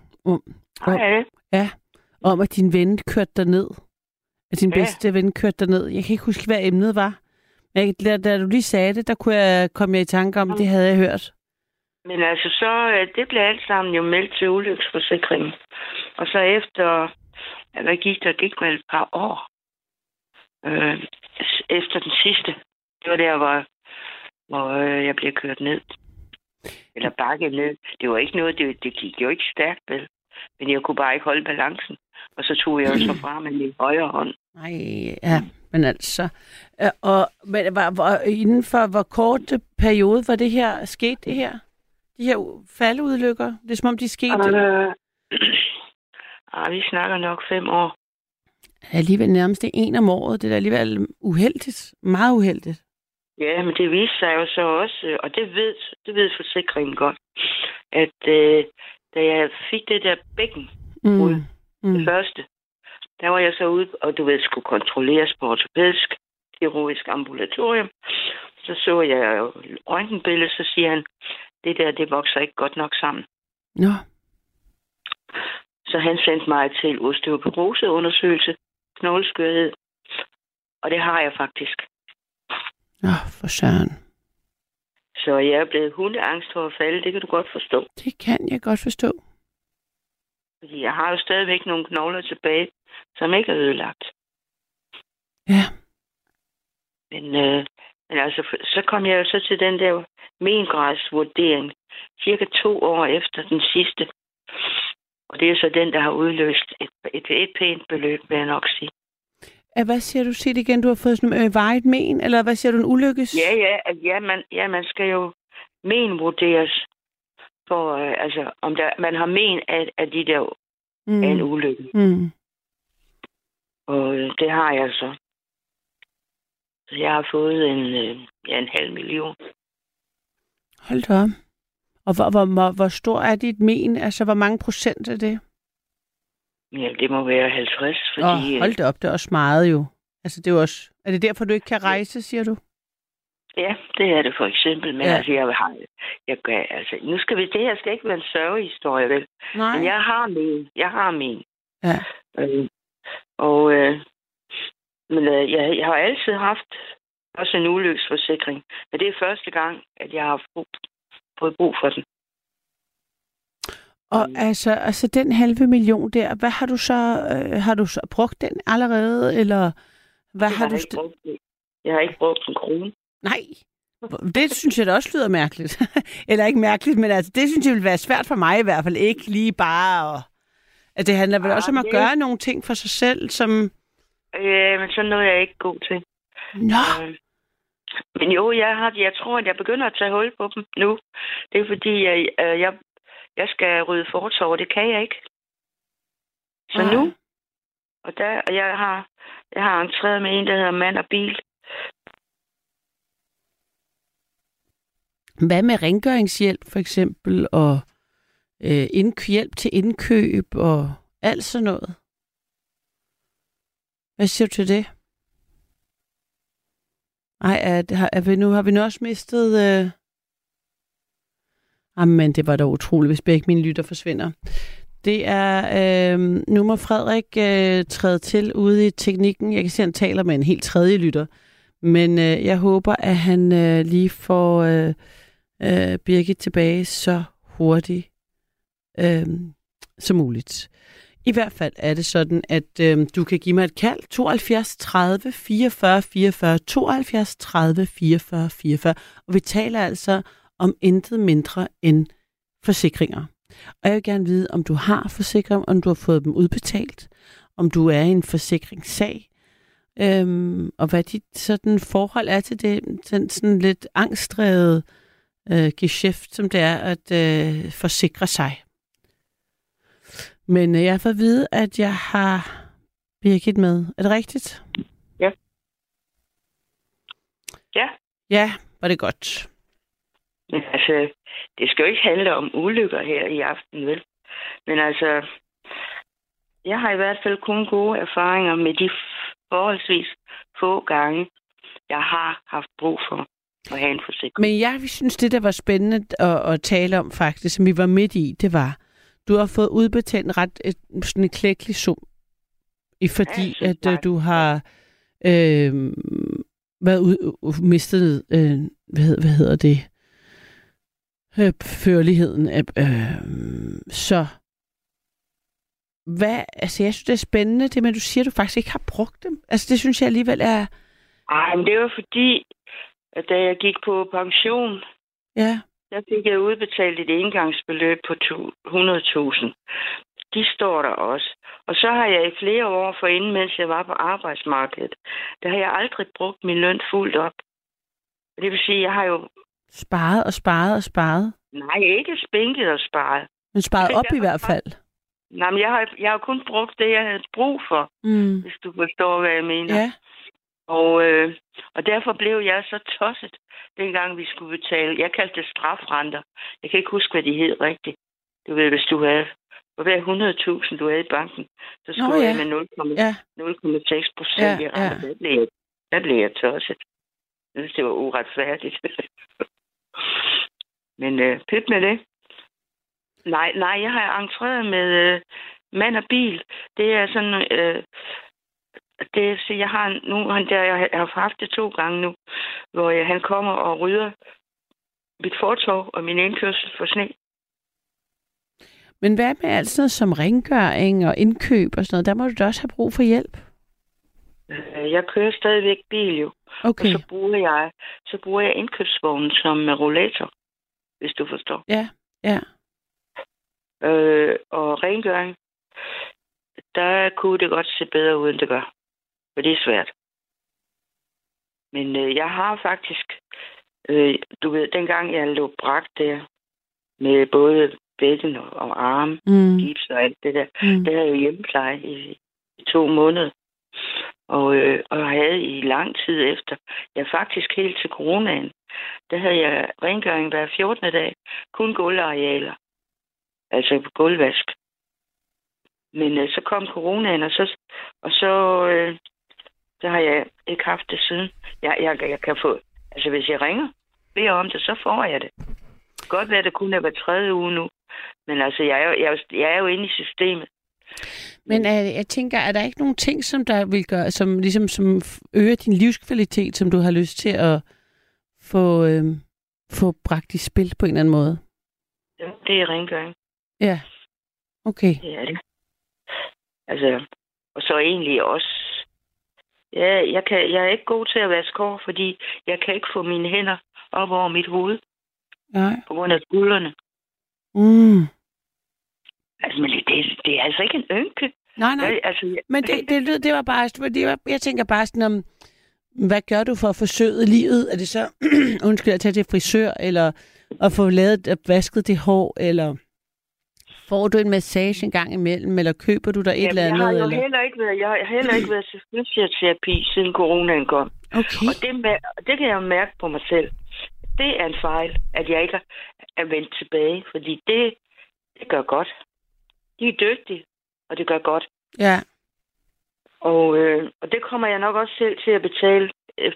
Om at din ven kørte dig ned. At din bedste ven kørte dig ned. Jeg kan ikke huske, hvad emnet var. Da du lige sagde det, der kom jeg i tanke om, det havde jeg hørt. Men altså, så det blev alt sammen jo meldt til ulykkesforsikringen. Og så efter, hvad gik med et par år. Efter den sidste, det var der, hvor jeg blev kørt ned. Eller bakket ned. Det var ikke noget, det gik jo ikke stærkt, vel. Men jeg kunne bare ikke holde balancen. Og så tog jeg så fra med min højre hånd. Nej, ja, men altså... Men inden for hvor kort periode var det her sket, det her? De her faldeulykker? Det er som om, de skete... vi snakker nok 5 år. Alligevel nærmest det 1 om året. Det er alligevel uheldigt. Meget uheldigt. Ja, men det viste sig jo så også, og det ved forsikringen godt, at da jeg fik det der bækken ud, det første, der var jeg så ude, og du ved, skulle kontrolleres på ortopædisk kirurgisk ambulatorium. Så jeg røntgenbilledet, så siger han, det vokser ikke godt nok sammen. Nå. Så han sendte mig til osteoporoseundersøgelse, knogleskørhed, og det har jeg faktisk. For søren. Så jeg er blevet hundeangst for at falde, det kan du godt forstå. Det kan jeg godt forstå. Fordi jeg har jo stadigvæk nogle knogler tilbage, som ikke er ødelagt. Ja. Men altså, så kom jeg jo så til den der mengradsvurdering, cirka 2 år efter den sidste. Og det er så den, der har udløst et pænt beløb, vil jeg nok sige. Hvad siger du? Sig det igen, du har fået sådan en varigt men, eller hvad siger du, en ulykkes? Man skal jo menvurderes for, om man har men af de der af en ulykke. Mm. Og det har jeg så. Så jeg har fået en 500.000. Hold da op. Og hvor stor er dit men? Altså, hvor mange procent er det? Ja, det må være 50, fordi... hold da op, det er også meget jo. Altså, det er også... Er det derfor, du ikke kan rejse, siger du? Ja, det er det for eksempel. Men nu skal det her skal ikke være en sørgehistorie, vel? Nej. Men jeg har min. Ja. Jeg har altid haft også en ulykkesforsikring. Men det er første gang, at jeg har fået brug for den. Og altså den 500.000 der, hvad har du så... har du så brugt den allerede, eller hvad har du... Jeg har ikke brugt en krone. Nej, det synes jeg da også lyder mærkeligt. Eller ikke mærkeligt, men altså, det synes jeg vil være svært for mig i hvert fald. Ikke lige bare at det handler vel også om at gøre nogle ting for sig selv, som... Men sådan noget er jeg ikke god til. Nå! Men jo, jeg tror, at jeg begynder at tage hul på dem nu. Det er fordi, jeg skal rydde fortov, og det kan jeg ikke. Så nu... Og jeg har entreret med en, der hedder Mand og Bil. Hvad med rengøringshjælp for eksempel, og hjælp til indkøb og alt sådan noget? Hvad siger du til det? Ej, har vi nu også mistet... Jamen, det var da utroligt, hvis begge mine lytter forsvinder. Det er... nu må Frederik træde til ude i teknikken. Jeg kan se, at han taler med en helt tredje lytter. Men jeg håber, at han lige får Birgit tilbage så hurtigt som muligt. I hvert fald er det sådan, at du kan give mig et kald. 72 30 44 44, 72 30 44 44. Og vi taler altså om intet mindre end forsikringer. Og jeg vil gerne vide, om du har forsikring, om du har fået dem udbetalt, om du er i en forsikringssag, og hvad dit sådan forhold er til det, sådan lidt angstdrevet geschæft, som det er at forsikre sig. Men jeg har fået at vide, at jeg har Birgit med. Er det rigtigt? Ja. Ja. Ja, var det godt. Men altså, det skal jo ikke handle om ulykker her i aften, vel? Men altså, jeg har i hvert fald kun gode erfaringer med de forholdsvis få gange, jeg har haft brug for at have en forsikring. Men jeg synes, det der var spændende at tale om faktisk, som vi var midt i, det var, du har fået udbetalt sådan en klækkelig sum, fordi at du har mistet, hvad hedder det, førligheden. Så jeg synes, det er spændende, det med, at du siger, at du faktisk ikke har brugt dem. Altså, det synes jeg alligevel er... Ej, men det var fordi, at da jeg gik på pension, der fik jeg udbetalt et engangsbeløb på 100.000. De står der også. Og så har jeg i flere år forinden, mens jeg var på arbejdsmarkedet, der har jeg aldrig brugt min løn fuldt op. Det vil sige, jeg har jo... Sparet og sparet og sparet? Nej, ikke spænket og sparet. Men sparet op i hvert fald? Nej, men jeg har kun brugt det, jeg havde brug for, hvis du forstår, hvad jeg mener. Ja. Og derfor blev jeg så tosset, dengang vi skulle betale. Jeg kaldte det strafrenter. Jeg kan ikke huske, hvad de hed rigtigt. Du ved, hvis du havde for hver 100.000, du havde i banken, så skulle jeg med 0,6% i rente. Der blev jeg tosset. Jeg synes, det var uretfærdigt. Men pyt med det. Nej, jeg har entreret med Mand og Bil. Det er sådan... jeg har haft det 2 gange nu, hvor han kommer og rydder mit fortov og min indkørsel for sne. Men hvad med alt sådan noget som rengøring og indkøb og sådan noget? Der må du da også have brug for hjælp. Jeg kører stadigvæk bil jo. Okay. Og så bruger jeg indkøbsvognen som rollator, hvis du forstår. Ja. Og rengøring, der kunne det godt se bedre ud, end det gør. For det er svært. Men jeg har faktisk, du ved, dengang jeg lå bragt der, med både bækken og arme, gips og alt det der, det havde jeg jo hjemmepleje i 2 måneder. Og havde i lang tid efter, faktisk helt til coronaen, der havde jeg rengøring hver 14. dag, kun gulvarealer, altså på gulvvask. Men så kom coronaen, og så har jeg ikke haft det siden. Jeg kan få, altså hvis jeg ringer, beder om det, så får jeg det. Det kan godt være, at det kun er hver 3. uge nu, men altså jeg er jo inde i systemet. Men jeg tænker, er der ikke nogen ting, som der vil gøre, som øger din livskvalitet, som du har lyst til at få bragt i spil på en eller anden måde? Ja, det er rengøring. Ja, okay. Det er det. Altså, og så egentlig også, jeg er ikke god til at vaske hår, fordi jeg kan ikke få mine hænder op over mit hoved. Nej. På grund af skuldrene. Altså, men det er altså ikke en ynke. Nej. Men det var bare, jeg tænker bare sådan om, hvad gør du for at forsøge livet? Er det så, at tage til frisør, eller at få vasket det hår, eller får du en massage en gang imellem, eller køber du der et eller andet? Jeg har heller ikke været til fysioterapi, siden coronaen kom. Okay. Og det kan jeg jo mærke på mig selv. Det er en fejl, at jeg ikke er vendt tilbage, fordi det gør godt. De er dygtige, og det gør godt. Ja. Og det kommer jeg nok også selv til at betale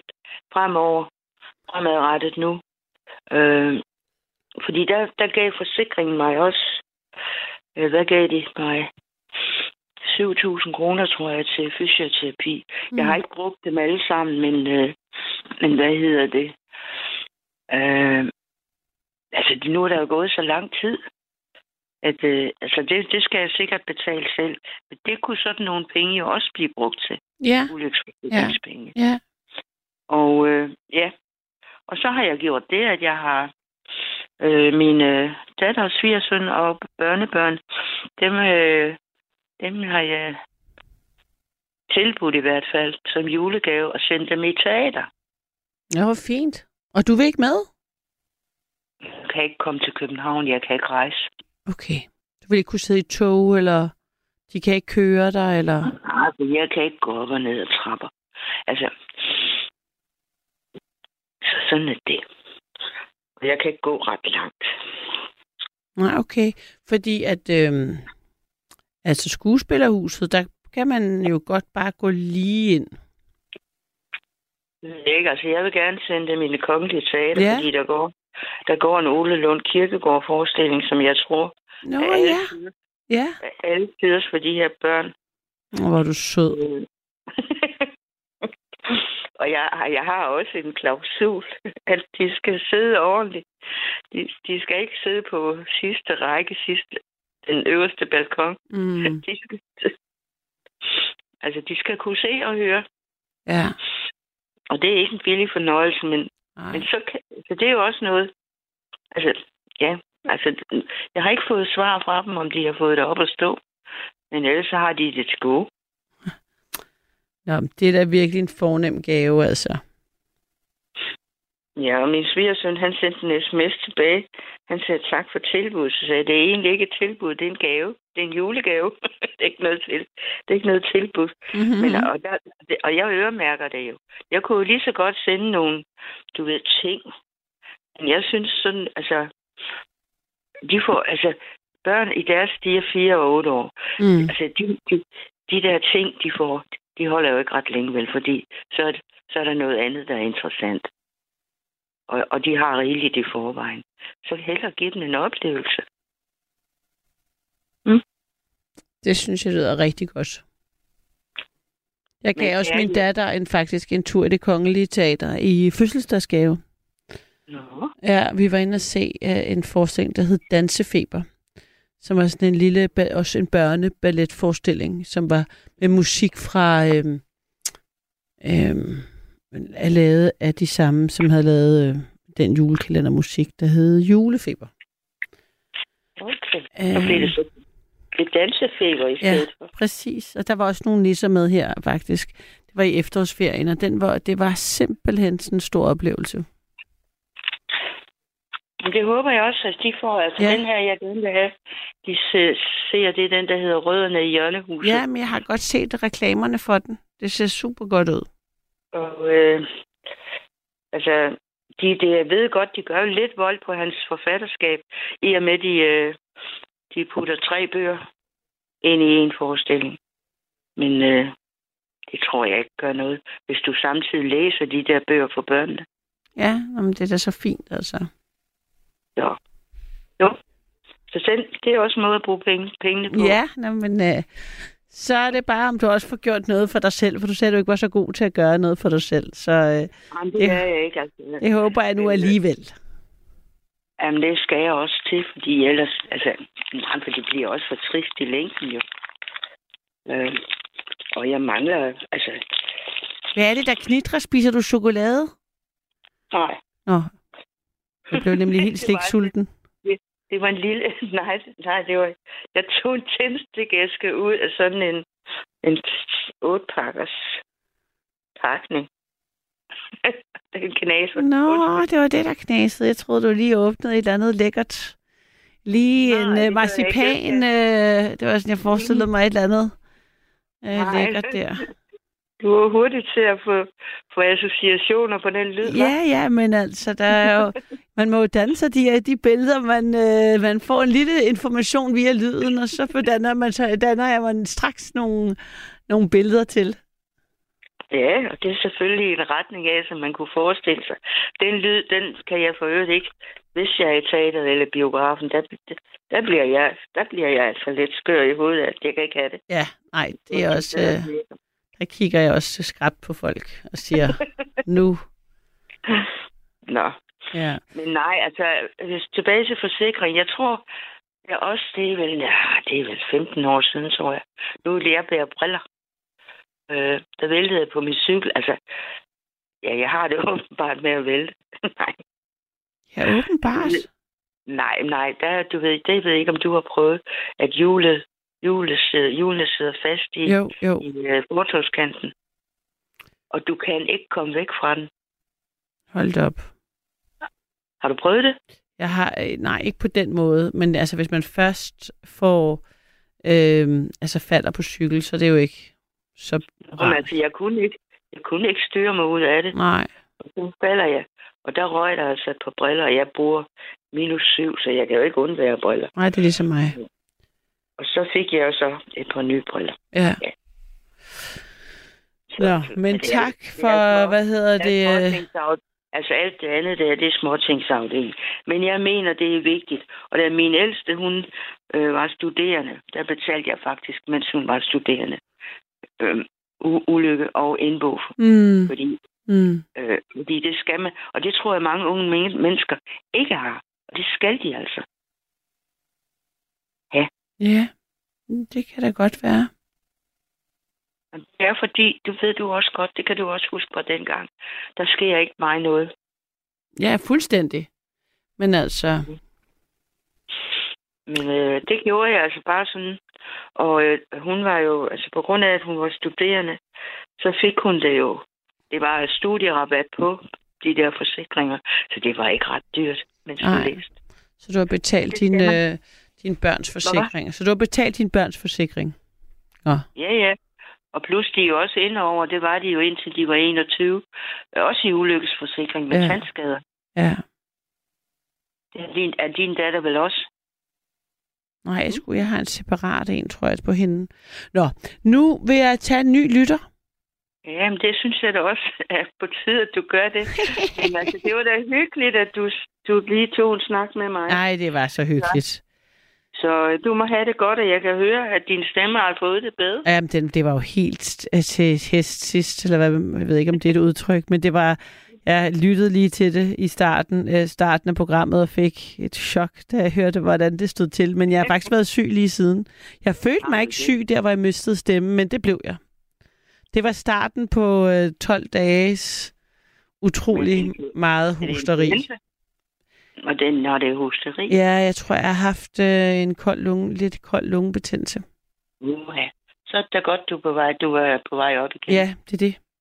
fremadrettet nu. Fordi der gav forsikringen mig også, hvad gav de mig? 7.000 kroner, tror jeg, til fysioterapi. Jeg har ikke brugt dem alle sammen, men hvad hedder det? Altså, nu er der jo gået så lang tid, at det skal jeg sikkert betale selv. Men det kunne sådan nogle penge jo også blive brugt til. Ja. Ulykkesforsikringspenge. Ja. Og og så har jeg gjort det, at jeg har mine datter, svigersøn og børnebørn, dem har jeg tilbudt i hvert fald som julegave og sendt dem i teater. Ja, hvor fint. Og du vil ikke med? Jeg kan ikke komme til København, jeg kan ikke rejse. Okay. Du vil ikke kunne sidde i tog, eller de kan ikke køre dig, eller? Nej, jeg kan ikke gå op og ned ad trapper. Altså, så sådan er det. Og jeg kan ikke gå ret langt. Nej, okay. Fordi at skuespillerhuset, der kan man jo godt bare gå lige ind. Ikke, altså jeg vil gerne sende dem i Det Kongelige Teater, fordi der går en Ole Lund Kirkegaard forestilling, som jeg tror alle tiders for de her børn. Hvor er du sød. Og jeg har også en klausul, at de skal sidde ordentligt. De skal ikke sidde på sidste række, den øverste balkon. De skal kunne se og høre. Ja. Og det er ikke en billig fornøjelse, men så det er jo også noget. Jeg har ikke fået svar fra dem, om de har fået det op at stå. Men ellers så har de det til gode. Nå, det er da virkelig en fornem gave, altså. Ja, og min svigersøn, han sendte en sms tilbage. Han sagde tak for tilbuddet. Så sagde det er egentlig ikke et tilbud, det er en gave. Det er en julegave. Det er ikke noget tilbud. Mm-hmm. Men, og jeg øremærker det jo. Jeg kunne jo lige så godt sende nogle, ting. Men jeg synes sådan, de får, børn i deres stiger 4 og 8 år. De der ting, de får, de holder jo ikke ret længe vel, fordi så er der noget andet, der er interessant. Og de har rigeligt i forvejen. Så hellere give dem en oplevelse. Det synes jeg lyder rigtig godt. Jeg gav også min datter faktisk en tur i Det Kongelige Teater i fødselsdagsgave. Nå. Ja, vi var inde og se en forestilling, der hed Dansefeber, som var sådan en lille, også en børneballetforestilling, som var med musik fra er lavet af de samme, som havde lavet den julekalendermusik, der hed Julefeber. Okay. Så blev det så Dansefeber i stedet for. Ja, præcis. Og der var også nogle nisser med her, faktisk. Det var i efterårsferien, og det var simpelthen sådan en stor oplevelse. Men det håber jeg også, at de får. Altså den her, jeg gerne vil have, de ser det, den der hedder Rødderne i Hjørnehuset. Ja, men jeg har godt set reklamerne for den. Det ser super godt ud. Og altså, jeg ved godt, de gør jo lidt vold på hans forfatterskab, i og med, de putter 3 bøger ind i en forestilling. Men det tror jeg ikke gør noget, hvis du samtidig læser de der bøger for børnene. Ja, men det er da så fint, altså. Ja. Jo. Så det er også en måde at bruge pengene på. Ja, men så er det bare, om du også får gjort noget for dig selv, for du sagde, at du ikke var så god til at gøre noget for dig selv. Så jamen, det er jeg ikke. Altså. Det håber jeg nu alligevel. Jamen, det skal jeg også til, fordi ellers, for det bliver også for trist i længden jo. Og jeg mangler, Hvad er det, der knitrer? Spiser du chokolade? Nej. Nå, jeg blev nemlig helt sliksulten. Det var en lille... Nej, det var... Jeg tog en tændstikæske ud af sådan en 8-pakkers pakning. Den knaser. Nå, det var det, der knasede. Jeg troede, du lige åbnede et eller andet lækkert. En marcipan. Det var sådan, jeg forestillede mig et eller andet lækkert der. Du var hurtigt til at få associationer på den lyd. Ja, men altså, der er jo, man må jo danne sig de billeder, man får en lille information via lyden, og så danner jeg straks nogle billeder til. Ja, og det er selvfølgelig en retning af, som man kunne forestille sig. Den lyd, den kan jeg for øvrigt ikke, hvis jeg er i teateret eller biografen, der bliver jeg altså lidt skør i hovedet, at jeg kan ikke have det. Ja, nej, det er også... Der kigger jeg også skræt på folk og siger, nu. Nå. Ja. Men nej, tilbage til forsikring. Jeg tror, det er vel 15 år siden, tror jeg. Nu vil jeg bære briller. Der væltede jeg på min cykel. Jeg har det åbenbart med at vælte. Nej. Ja, åbenbart? Nej, det ved jeg ikke, om du har prøvet, at hjulene sidder fast i fortovskanten. Og du kan ikke komme væk fra den. Hold op. Har du prøvet det? Jeg har, nej, ikke på den måde. Men hvis man først får, falder på cykel, så det er jo ikke så rart. Jeg kunne ikke styre mig ud af det. Nej. Og så falder jeg. Og der røg der altså et par briller, og jeg bruger -7, så jeg kan jo ikke undvære briller. Nej, det er ligesom mig. Og så fik jeg så et par nye briller. Ja. Men tak for, hvad hedder det? Alt det andet der, det er småtingsafdeling. Men jeg mener, det er vigtigt. Og da min ældste, hun var studerende, der betalte jeg faktisk, mens hun var studerende, ulykke og indbo. Fordi det skal man. Og det tror jeg, mange unge mennesker ikke har. Og det skal de altså. Ja. Ja, det kan da godt være. Det er fordi, du ved du også godt, det kan du også huske på dengang. Der sker ikke mig noget. Ja, fuldstændig. Men Men det gjorde jeg altså bare sådan. Og hun var jo, på grund af, at hun var studerende, så fik hun det jo. Det var studierabat på de der forsikringer, så det var ikke ret dyrt, mens hun læste. Så du har betalt din børns forsikring. Så du har betalt din børns forsikring? Ja. Og plus de er jo også inde over, det var de jo indtil de var 21. Også i ulykkesforsikring med tandskader. Ja. Er din datter vel også? Nej, jeg har en separat en, tror jeg, på hende. Nå, nu vil jeg tage en ny lytter. Jamen, det synes jeg da også er på tide, at du gør det. Men det var da hyggeligt, at du lige tog en snak med mig. Nej, det var så hyggeligt. Så du må have det godt, og jeg kan høre, at din stemme har fået det bedre. Jamen, det var jo helt til hest sidst, eller hvad, jeg ved ikke, om det er et udtryk, men det var, jeg lyttede lige til det i starten af programmet, og fik et chok, da jeg hørte, hvordan det stod til. Men jeg har faktisk været syg lige siden. Jeg følte mig ikke syg, der hvor jeg mistede stemme, men det blev jeg. Det var starten på 12 dages utrolig meget hosteri. Og når det er hosteri? Ja, jeg tror, jeg har haft lidt kold lungebetændelse. Ja. Så er det da godt, du er på vej op igen. Ja, det er det.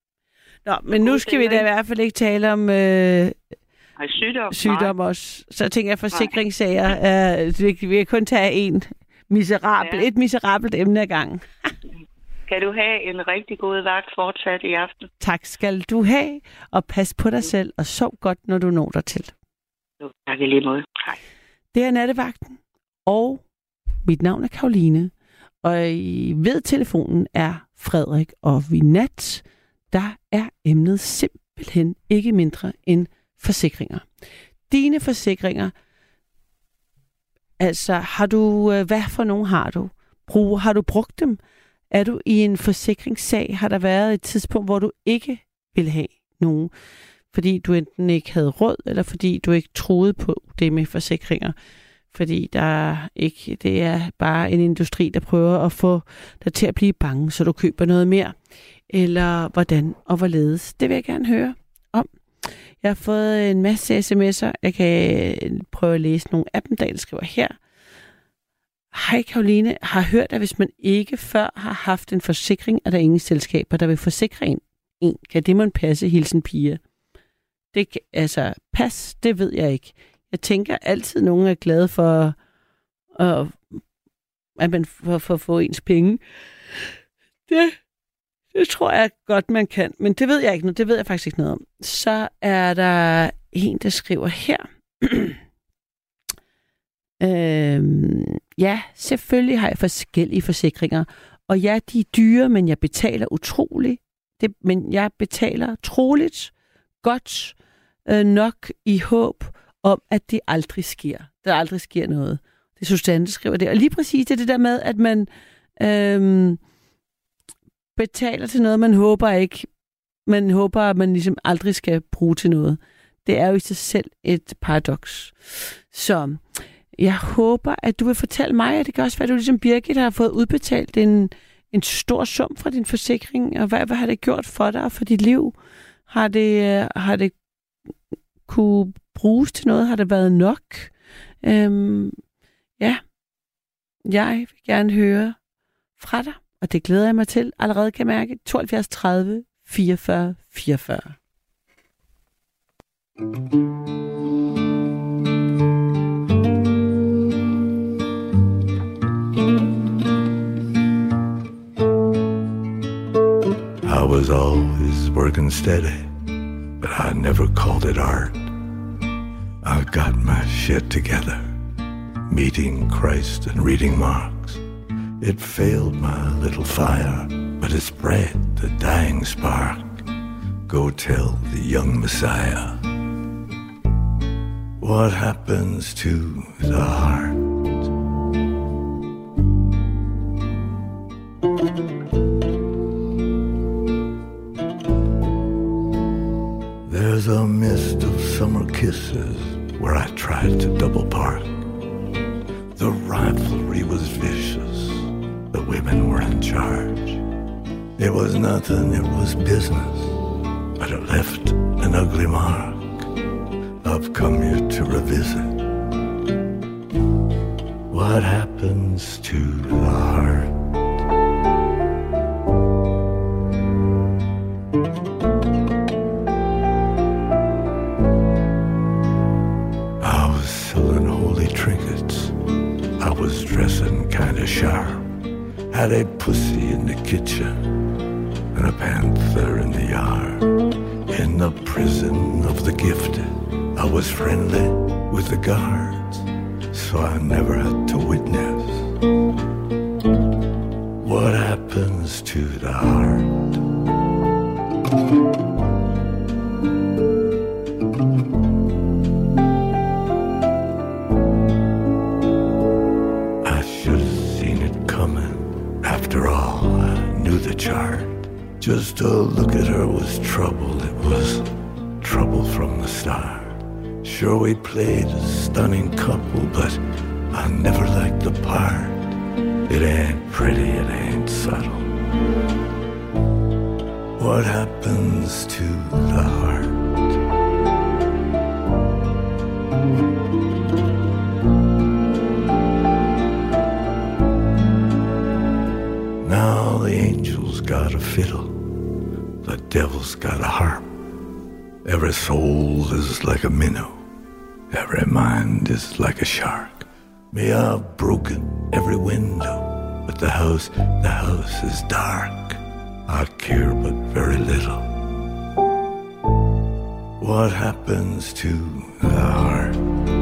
Nå, men nu skal vi da i hvert fald ikke tale om sygdom også. Så tænker jeg, forsikringssager, vi kan kun tage et miserabelt emne ad gangen. Kan du have en rigtig god vagt fortsat i aften? Tak skal du have, og pas på dig selv, og sov godt, når du når dertil. Tak i lige måde. Hej. Det er Nattevagten, og mit navn er Karoline, og ved telefonen er Frederik, og ved nat, der er emnet simpelthen ikke mindre end forsikringer. Dine forsikringer, altså hvad for nogen har du? Har du brugt dem? Er du i en forsikringssag? Har der været et tidspunkt, hvor du ikke vil have nogen? Fordi du enten ikke havde råd, eller fordi du ikke troede på det med forsikringer. Fordi det er bare en industri, der prøver at få dig til at blive bange, så du køber noget mere. Eller hvordan og hvorledes. Det vil jeg gerne høre om. Jeg har fået en masse sms'er. Jeg kan prøve at læse nogle af dem, der skriver her. Hej Karoline, har hørt, at hvis man ikke før har haft en forsikring, er der ingen selskaber, der vil forsikre en. Kan det man passe, hilsen Pia? Pas, det ved jeg ikke. Jeg tænker altid, at nogen er glade for at man får få ens penge. Det tror jeg godt, man kan. Men det ved jeg ikke. Det ved jeg faktisk ikke noget om. Så er der en, der skriver her. Ja, selvfølgelig har jeg forskellige forsikringer. Og ja, de er dyre, men jeg betaler utroligt. Men jeg betaler troligt godt nok i håb om, at det aldrig sker. Der aldrig sker noget. Det er Susanne, der skriver det. Og lige præcis det der med, at man betaler til noget, man håber, at man ligesom aldrig skal bruge til noget. Det er jo i sig selv et paradoks. Så jeg håber, at du vil fortælle mig, at det kan også være, at du ligesom Birgit har fået udbetalt en stor sum fra din forsikring, og hvad har det gjort for dig og for dit liv? Har det kunne bruges til noget? Har det været nok? Ja, jeg vil gerne høre fra dig, og det glæder jeg mig til. Allerede kan jeg mærke 72 30 44 44. I was always working steady, but I never called it art. I got my shit together, meeting Christ and reading Marx. It failed my little fire, but it spread the dying spark. Go tell the young Messiah what happens to the heart. There's a mist of summer kisses where I tried to double park. The rivalry was vicious, the women were in charge. It was nothing, it was business, but it left an ugly mark. I've come here to revisit what happens to the heart. Dressing kinda sharp. Had a pussy in the kitchen and a panther in the yard. In the prison of the gifted, I was friendly with the guards, so I never had to witness what happens to the heart. Just to look at her was trouble. It was trouble from the start. Sure, we played a stunning couple, but I never liked the part. It ain't pretty, it ain't subtle. What happens to the heart? Now the angels got a fiddle, the devil's got a harp. Every soul is like a minnow. Every mind is like a shark. May I've broken every window, but the house is dark. I care but very little. What happens to the heart?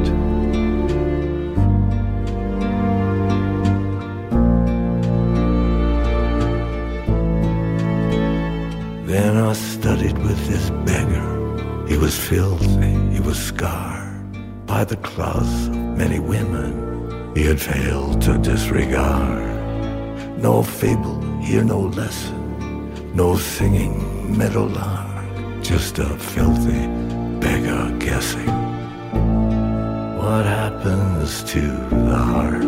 Then I studied with this beggar. He was filthy, he was scarred by the claws of many women he had failed to disregard. No fable, here no lesson, no singing meadowlark, just a filthy beggar guessing. What happens to the heart?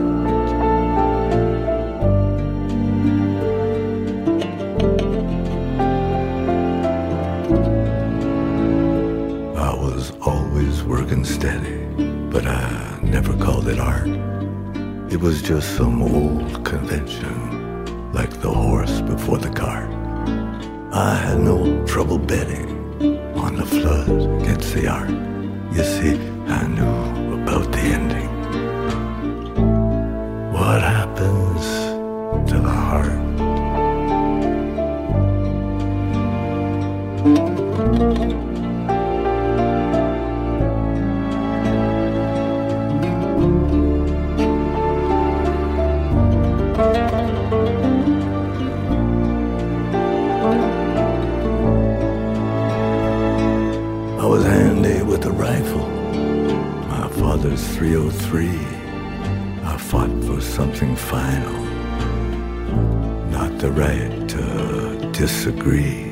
Always working steady, but I never called it art. It was just some old convention, like the horse before the cart. I had no trouble betting on the flood against the ark. You see, I knew about the ending. What happens to the heart? I was handy with a rifle, my father's .303. I fought for something final, not the right to disagree.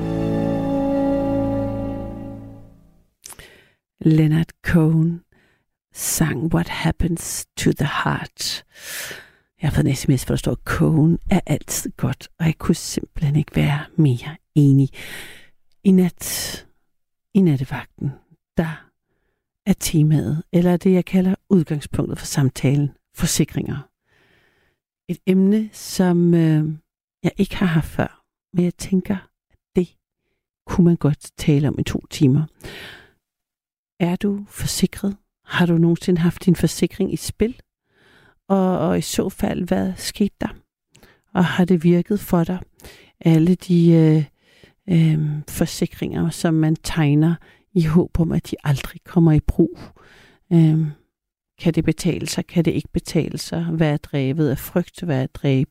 Leonard Cohen sang What Happens to the Heart. Jeg har fået en sms, hvor der står, Cohen er altid godt, og jeg kunne simpelthen ikke være mere enig. I nattevagten, der er temaet, eller det jeg kalder udgangspunktet for samtalen, forsikringer. Et emne, som jeg ikke har haft før, men jeg tænker, at det kunne man godt tale om i 2 timer. Er du forsikret? Har du nogensinde haft din forsikring i spil? Og i så fald, hvad skete der? Og har det virket for dig? Alle de forsikringer, som man tegner i håb om, at de aldrig kommer i brug. Kan det betale sig? Kan det ikke betale sig? Hvad er drevet af frygt? Hvad er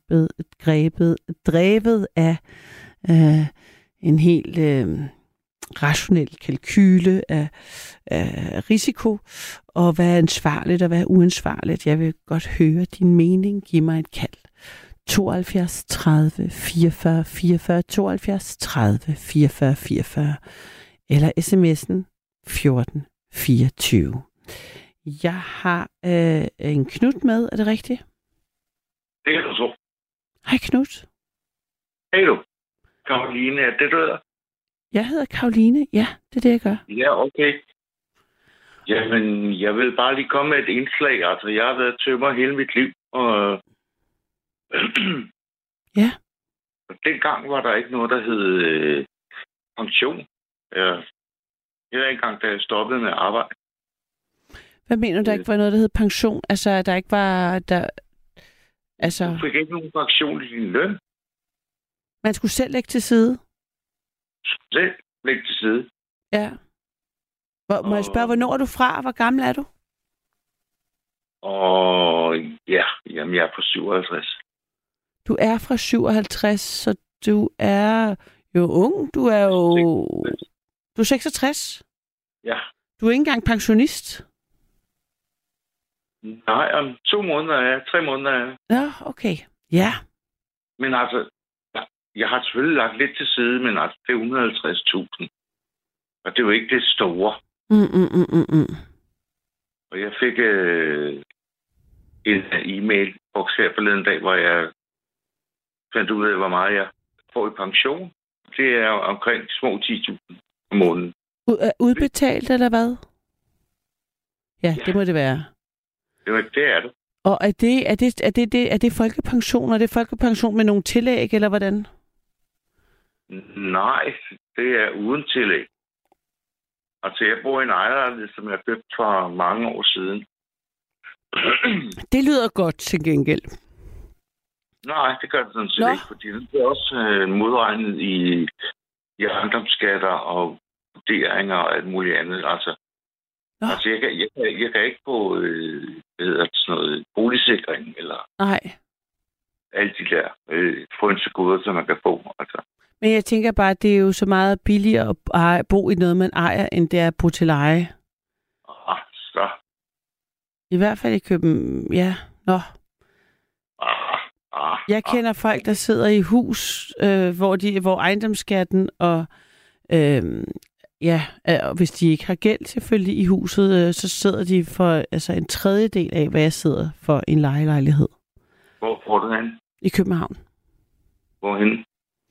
drevet af en helt rationel kalkyle af risiko? Og hvad er ansvarligt, og hvad er uansvarligt? Jeg vil godt høre din mening. Giv mig et kald. 72 30 44 44, 72 30 44 44, eller sms'en 14 24. Jeg har en Knut med, er det rigtigt? Det er du så. Hej Knut. Hej du. Karoline, er det du hedder? Jeg hedder Karoline, ja, det er det jeg gør. Ja, okay. Jamen, jeg vil bare lige komme med et indslag. Altså, jeg har været tømrer hele mit liv, og ja. Dengang var der ikke noget, der hed pension. Heller ikke engang, da jeg stoppede med at arbejde. Hvad mener du, der ikke var noget, der hed pension? Altså, der ikke var... Altså... Du fik ikke nogen pension i din løn. Man skulle selv lægge til side? Selv lægge til side. Ja. Må jeg spørge, hvornår er du fra? Hvor gammel er du? Jamen, jeg er fra 57. Du er fra 57, så du er jo ung. Du er jo... Du er 66? Ja. Du er ikke engang pensionist? Nej, om 2 måneder er jeg. 3 måneder er jeg. Ja, okay. Ja. Men altså, jeg har selvfølgelig lagt lidt til side, men altså, det er 150.000. Og det er jo ikke det store. Og jeg fik en e-mail-boks her forleden dag, hvor jeg fandt ud af, hvor meget jeg får i pension. Det er omkring små 10.000 om måneden. Udbetalt, eller hvad? Ja, det må det være. Det er det. Og er det folkepension? Er det folkepension med nogle tillæg, eller hvordan? Nej, det er uden tillæg. Altså, jeg bor i en ejerlejlighed, som jeg købte for mange år siden. Det lyder godt til gengæld. Nej, det gør det sådan set ikke, fordi det er også modregnet i ejendomsskatter og vurderinger og alt muligt andet. Altså jeg kan ikke få sådan noget boligsikring eller alle de der frynsegoder, som man kan få. Altså. Men jeg tænker bare, at det er jo så meget billigere at bo i noget, man ejer, end det er at bo til leje. Så. I hvert fald i København. Ja, Jeg kender folk, der sidder i hus, hvor ejendomsskatten og hvis de ikke har gæld selvfølgelig i huset, så sidder de for en tredjedel af, hvad jeg sidder for en lejelejlighed. Hvor får du hen? I København. Hvorhen?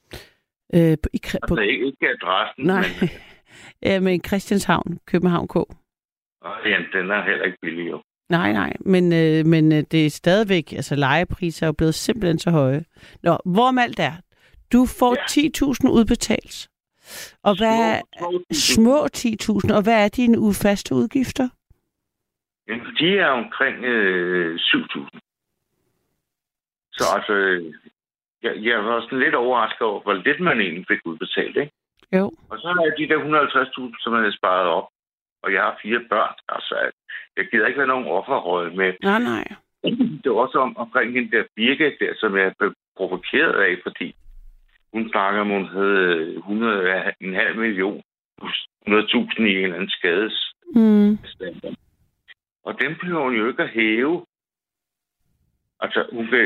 Ikke adressen, nej, men Christianshavn, København K. Jamen, den er heller ikke billig, jo. Nej, men det er stadigvæk, altså lejepriser er jo blevet simpelthen så høje. Nå, hvorom alt er, du får 10.000 udbetalt. Og hvad er små 10.000, og hvad er dine faste udgifter? Jamen, de er omkring 7.000. Så altså, jeg var sådan lidt overrasket over, hvor lidt man egentlig fik udbetalt, ikke? Jo. Og så er de der 150.000, som man havde sparet op. Og jeg har 4 børn. Altså, jeg gider ikke være nogen offerrolle med. Nej. Det var også omkring hende der Birke der, som jeg blev provokeret af, fordi hun snakker om, hun havde 100,5 million, 100.000 i en eller anden skadesstandard. Og dem behøver hun jo ikke at hæve. Altså,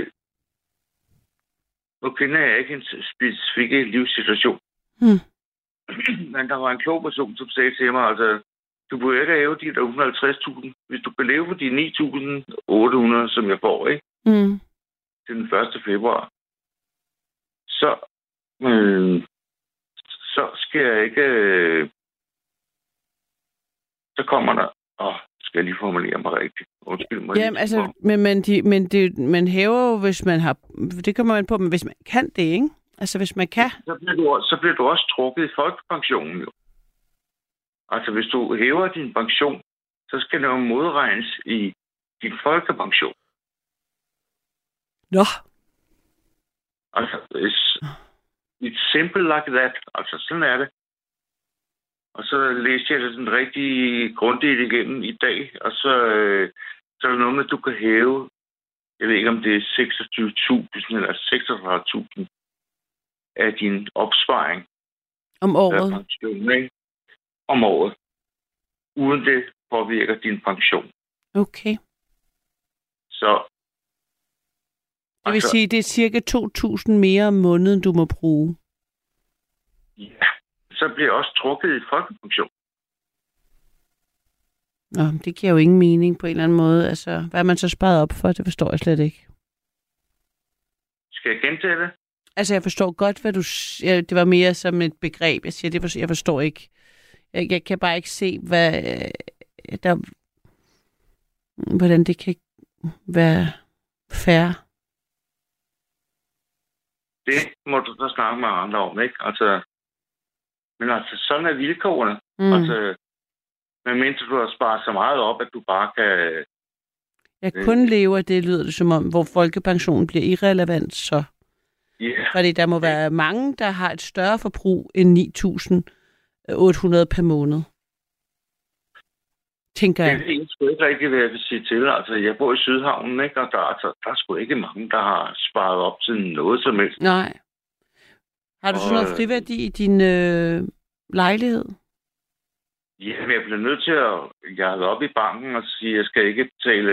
nu kender jeg ikke en specifik livssituation. Men der var en klog person, som sagde til mig, altså, du burde ikke hæve de der 150.000. Hvis du kan leve for de 9.800, som jeg får, ikke? Til den 1. februar, så skal jeg ikke... så kommer der... skal jeg lige formulere mig rigtigt? Undskyld mig. Jamen, altså, man hæver jo, hvis man har... Det kommer man på, men hvis man kan det, ikke? Altså, hvis man kan... Så bliver du også trukket i folkepensionen, jo. Altså, hvis du hæver din pension, så skal det jo modregnes i din folkepension. Nå. Altså, it's simple like that. Altså, sådan er det. Og så læste jeg det sådan rigtig grundigt igennem i dag, og så er der noget med, at du kan hæve, jeg ved ikke, om det er 26.000 eller 36.000 af din opsparing. Om året? Pension, ikke? Om året. Uden det påvirker din pension. Okay. Så... Det vil sige, det er cirka 2.000 mere om måneden, du må bruge. Ja, så bliver jeg også trukket i folkepension. Nå, det giver jo ingen mening på en eller anden måde. Altså, hvad er man så sparet op for? Det forstår jeg slet ikke. Skal jeg gentage det? Altså, jeg forstår godt, hvad du... Ja, det var mere som et begreb. Jeg siger, jeg forstår ikke. Jeg kan bare ikke se, hvordan det kan være fair. Det må du så snakke med andre om, ikke? Altså, men altså, sådan er vilkårene. Altså, medmindre du har sparet så meget op, at du bare kan... Jeg kun lever, det lyder det som om, hvor folkepensionen bliver irrelevant, så... Yeah. Fordi der må være mange, der har et større forbrug end 9.800 per måned. Tænker jeg. Det er sgu ikke rigtigt, hvad jeg vil sige til. Altså, jeg bor i Sydhavnen, ikke? Og der er sgu ikke mange, der har sparet op til noget som helst. Nej. Har du sådan noget friværdi i din lejlighed? Ja, men jeg bliver nødt til at... Jeg har været oppe i banken og sige, at jeg skal ikke betale...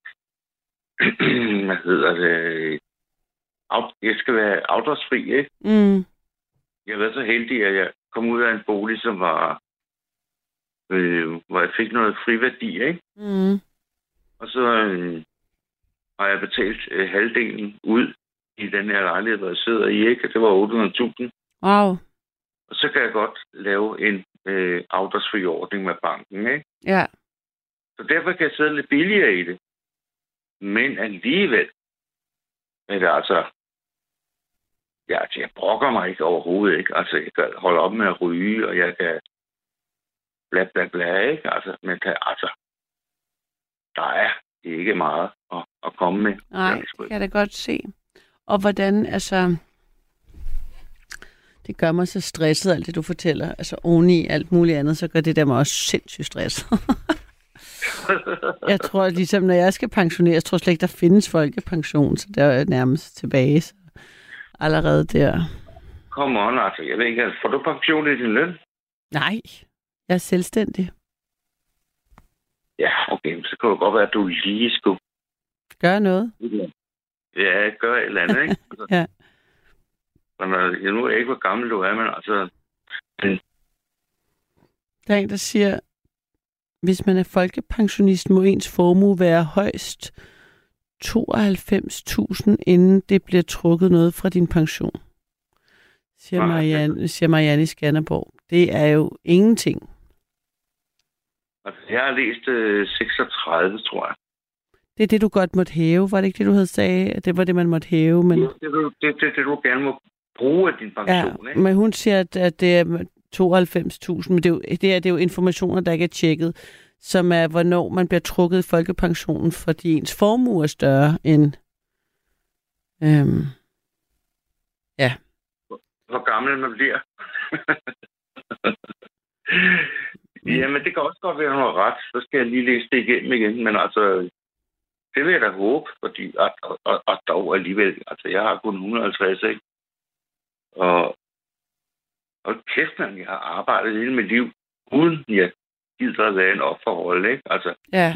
hvad hedder det... Jeg skal være afdragsfri, ikke? Jeg har været så heldig, at jeg kom ud af en bolig, som var... hvor jeg fik noget friværdi, ikke? Og så har jeg betalt halvdelen ud i den her lejlighed, hvor jeg sidder i, ikke? Det var 800.000. Wow. Og så kan jeg godt lave en afdragsfri ordning med banken, ikke? Ja. Så derfor kan jeg sidde lidt billigere i det. Men alligevel er det altså... Ja, altså, jeg brokker mig ikke overhovedet, ikke? Altså, jeg kan holde op med at ryge, og jeg kan bla bla bla, ikke? Altså, men der er ikke meget at komme med. Nej, det kan jeg da godt se. Og hvordan, altså... Det gør mig så stresset, alt det du fortæller. Altså oveni alt muligt andet, så gør det der mig også sindssygt stresset. Jeg tror ligesom, når jeg skal pensionere, jeg tror slet ikke, der findes folkepension, så der er nærmest tilbage. Så allerede der. Kom on, altså. Jeg ved ikke, får du pension i din løn? Nej, jeg er selvstændig. Ja, okay, så kan det godt være, at du lige skulle... Gør noget. Ja, gør et eller andet, ikke? Altså, ja. Men jeg nu er ikke, hvor gammel du er, men altså... Der er en, der siger, hvis man er folkepensionist, må ens formue være højst 92.000, inden det bliver trukket noget fra din pension. Siger Marianne i Skanderborg. Det er jo ingenting. Altså, jeg har læst 36, tror jeg. Det er det, du godt måtte hæve. Var det ikke det, du havde sagt? Det var det, man måtte hæve. Men... Det du gerne må bruge af din pension, ja, ikke? Men hun siger, at det er 92.000, men det er jo informationer, der ikke er tjekket, som er, hvornår man bliver trukket i folkepensionen, fordi ens formue er større end... ja. Hvor gammel man bliver. Jamen, det kan også godt være, at hun har ret. Så skal jeg lige læse det igennem igen. Men altså, det vil jeg da håbe, fordi og dog alligevel, altså, jeg har kun 150, ikke? Og kæft, man, jeg har arbejdet hele mit liv, uden jeg gider at være en opforhold, ikke? Altså, ja.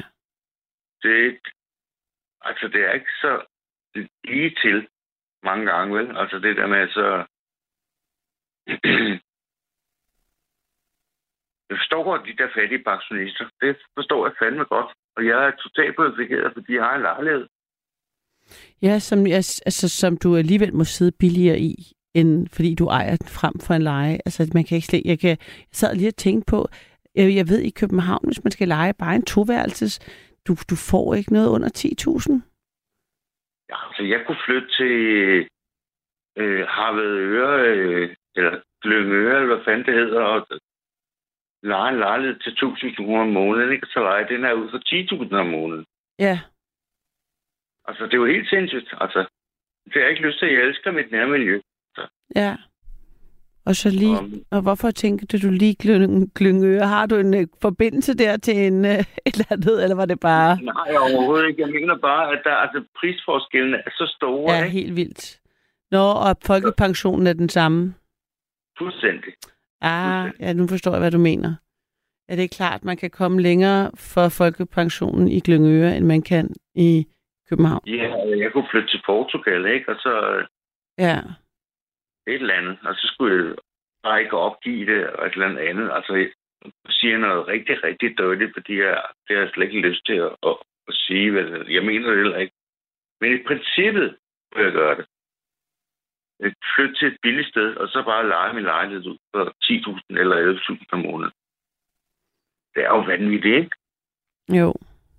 Det er ikke så lige til mange gange, vel? Altså, det der med så... Jeg forstår godt de der fattige pensionister. Det forstår jeg fandme godt. Og jeg er totalt privilegeret, fordi jeg har en lejlighed. Ja, som du alligevel må sidde billigere i, end fordi du ejer den frem for en leje. Altså, man kan ikke slet... Jeg sad lige og tænkte på, jeg ved i København, hvis man skal leje bare en toværelses, du får ikke noget under 10.000. Ja, altså jeg kunne flytte til Harvedøre, eller Glyngøre, eller hvad fanden det hedder, og leje en lejlighed til 1.000 kroner om måneden, ikke? Så leje den her ud for 10.000 om måneden. Ja. Altså, det er jo helt sindssygt. Altså, det har jeg ikke lyst til. Jeg elsker mit nærmiljø. Så. Ja. Og så lige... og hvorfor tænker du lige Glyngøre? Har du en forbindelse der til en et eller andet, eller var det bare... Nej, overhovedet ikke. Jeg mener bare, at der, prisforskellen er så store. Ja, ikke? Helt vildt. Og folkepensionen er den samme? Fuldstændig. Ja, nu forstår jeg, hvad du mener. Er det klart, at man kan komme længere for folkepensionen i Glyngøre, end man kan i København? Ja, jeg kunne flytte til Portugal, ikke? Og så... Ja. Et eller andet. Og så skulle jeg bare ikke opgive det, og et eller andet. Altså, jeg siger noget rigtig, rigtig dårligt, fordi det har jeg slet ikke lyst til at sige. Hvad jeg mener det heller ikke. Men i princippet vil jeg gøre det. Jeg flytte til et billigt sted, og så bare lege min lejlighed ud for 10.000 eller 11.000 per måned. Det er jo vanvittigt, ikke? Jo.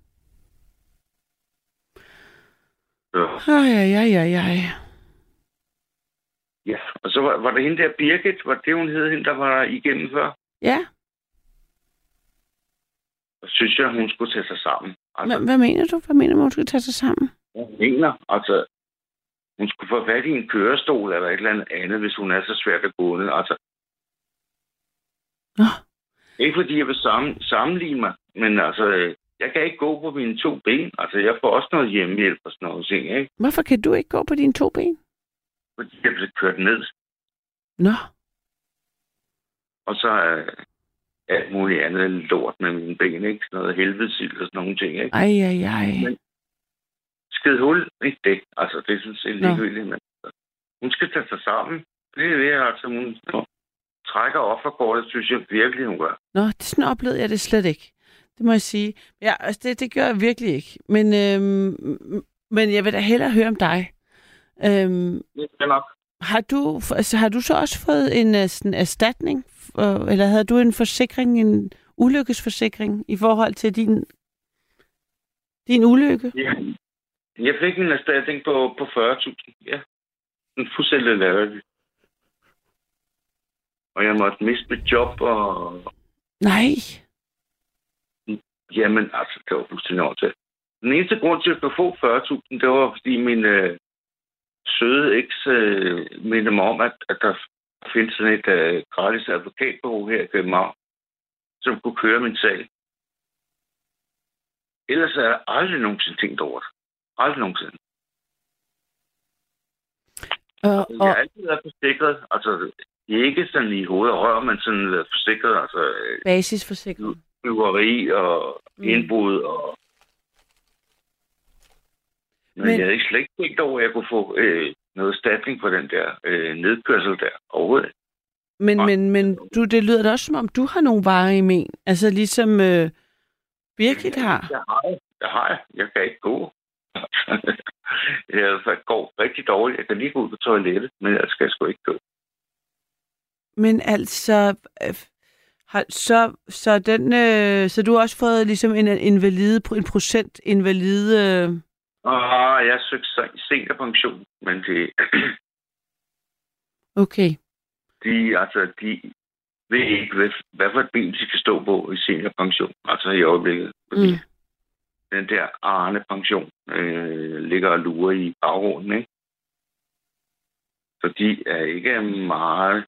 Ja, og så var det hende der Birgit, var det hun hed, hende der var igennem før? Ja. Så synes jeg, hun skulle tage sig sammen. Altså, hvad mener du? Hvad mener du, hun skulle tage sig sammen? Jeg mener, altså, hun skulle få fat i en kørestol eller et eller andet, hvis hun er så svært at gå ned. Altså, ikke fordi jeg vil sammenligne mig, men altså, jeg kan ikke gå på mine 2 ben. Altså, jeg får også noget hjemmehjælp og sådan noget ting, ikke? Hvorfor kan du ikke gå på dine 2 ben? Fordi jeg bliver kørt ned. Nå. Og så alt muligt andet lort med mine ben, ikke? Sådan noget helvedesild og sådan nogle ting, ikke? Ej. Skid hul, ikke det. Altså, det synes jeg ligegyldigt, men hun skal tage sig sammen. Det er det, altså, hun trækker offerkortet, synes jeg virkelig, hun gør. Nå, det sådan oplevede jeg det slet ikke. Det må jeg sige. Ja, altså, det gør jeg virkelig ikke. Men jeg vil da hellere høre om dig. Det er nok. Har du så også fået en sådan erstatning? Eller havde du en forsikring, en ulykkesforsikring i forhold til din ulykke? Ja. Jeg fik en erstatning på 40.000, ja. En fuldstændig latterligt. Og jeg måtte miste mit job, og... Nej. Jamen, altså, det var fuldstændig overtaget. Den eneste grund til, at jeg kunne få 40.000, det var, fordi min søde eks mindte mig om, at der findes sådan et gratis advokatbureau her i København, som kunne køre min sag. Ellers har jeg aldrig nogensinde tænkt over det. Aldrig nogensinde. Jeg har altid været forsikret. Altså, ikke sådan i hoved og rør, men sådan været forsikret. Altså, basisforsikret. Tyveri og indbrud og... Men jeg havde ikke slet ikke tænkt over, at jeg kunne få noget erstatning på den der nedkørsel der overhovedet. Men det lyder da også, som om du har nogle varer i men. Altså ligesom virkelig har. Det har jeg. Jeg kan ikke gå. Jeg går rigtig dårligt. Jeg kan lige gå ud på toilettet, men jeg skal sgu ikke gå. Men altså... Så du har også fået ligesom en procent invalide... Jeg søgte seniorpension, men det... Okay. De ved ikke, hvad for et ben de skal stå på i seniorpension, altså i øjeblikket. Fordi den der Arne-pension ligger og lurer i baggrunden, ikke? Så de er ikke meget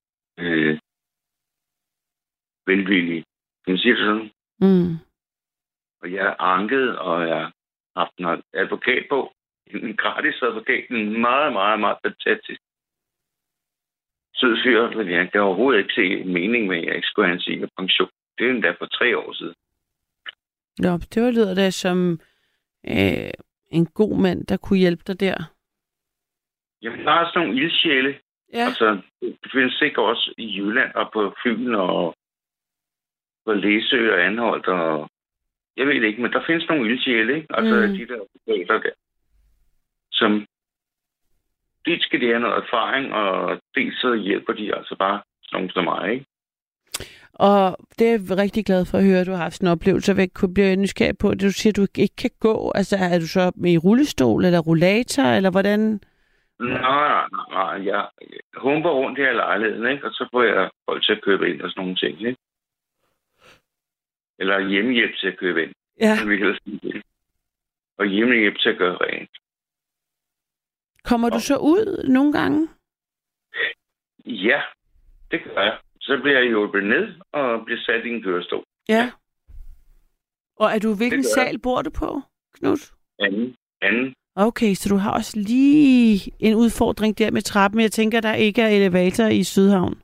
velvillige. Kan man sige det sådan? Og jeg er anket, og jeg har haft en advokat på. En gratis advokat. En meget, meget, meget fantastisk sød fyr, fordi jeg kan overhovedet ikke se mening med, at jeg ikke skulle have en seniorpension. Det er endda for 3 år siden. Nå, det lyder da som en god mand, der kunne hjælpe dig der. Jamen, der er sådan nogle ildsjæle. Ja. Altså, det findes sikkert også i Jylland og på Fyn og på Læsø og Anholt og... Jeg ved ikke, men der findes nogle ildsjæle, ikke? Altså, de der advokater der, som... Dels skal de have noget erfaring, og dels så hjælper de altså bare sådan som mig, ikke? Og det er jeg rigtig glad for at høre, at du har haft en oplevelse, og jeg bliver nysgerrig på, at du siger, at du ikke kan gå. Altså, er du så i rullestol eller rollator, eller hvordan? Nej. Jeg humper rundt her i lejligheden, ikke? Og så får jeg folk til at købe ind og sådan nogle ting, ikke? Eller hjemmehjælp til at købe ind. Ja. Og hjemmehjælp til at gøre rent. Kommer du så ud nogle gange? Ja, det gør jeg. Så bliver jeg hjulpet ned og bliver sat i en kørestol. Ja. Og hvilken sal bor du på, Knut? Anden. Okay, så du har også lige en udfordring der med trappen. Jeg tænker, der ikke er elevator i Sydhavn.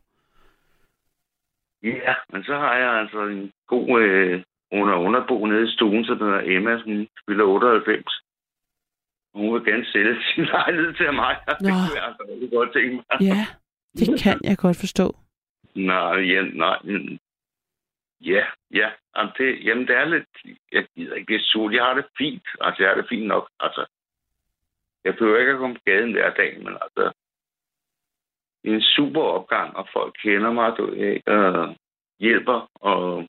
Ja, men så har jeg altså en god underbo nede i stuen, så der er Emma, som spiller 98. Hun vil gerne sælge sin lejlighed til mig. Det kunne jeg altså rigtig godt tænke mig. Ja, det kan jeg godt forstå. Nej. Ja. Jamen, det er lidt... Jeg gider ikke, det er surt. Jeg har det fint. Altså, jeg har det fint nok. Altså, jeg behøver ikke at komme på gaden hver dag, men altså... Det er en super opgang, og folk kender mig, og hjælper, og...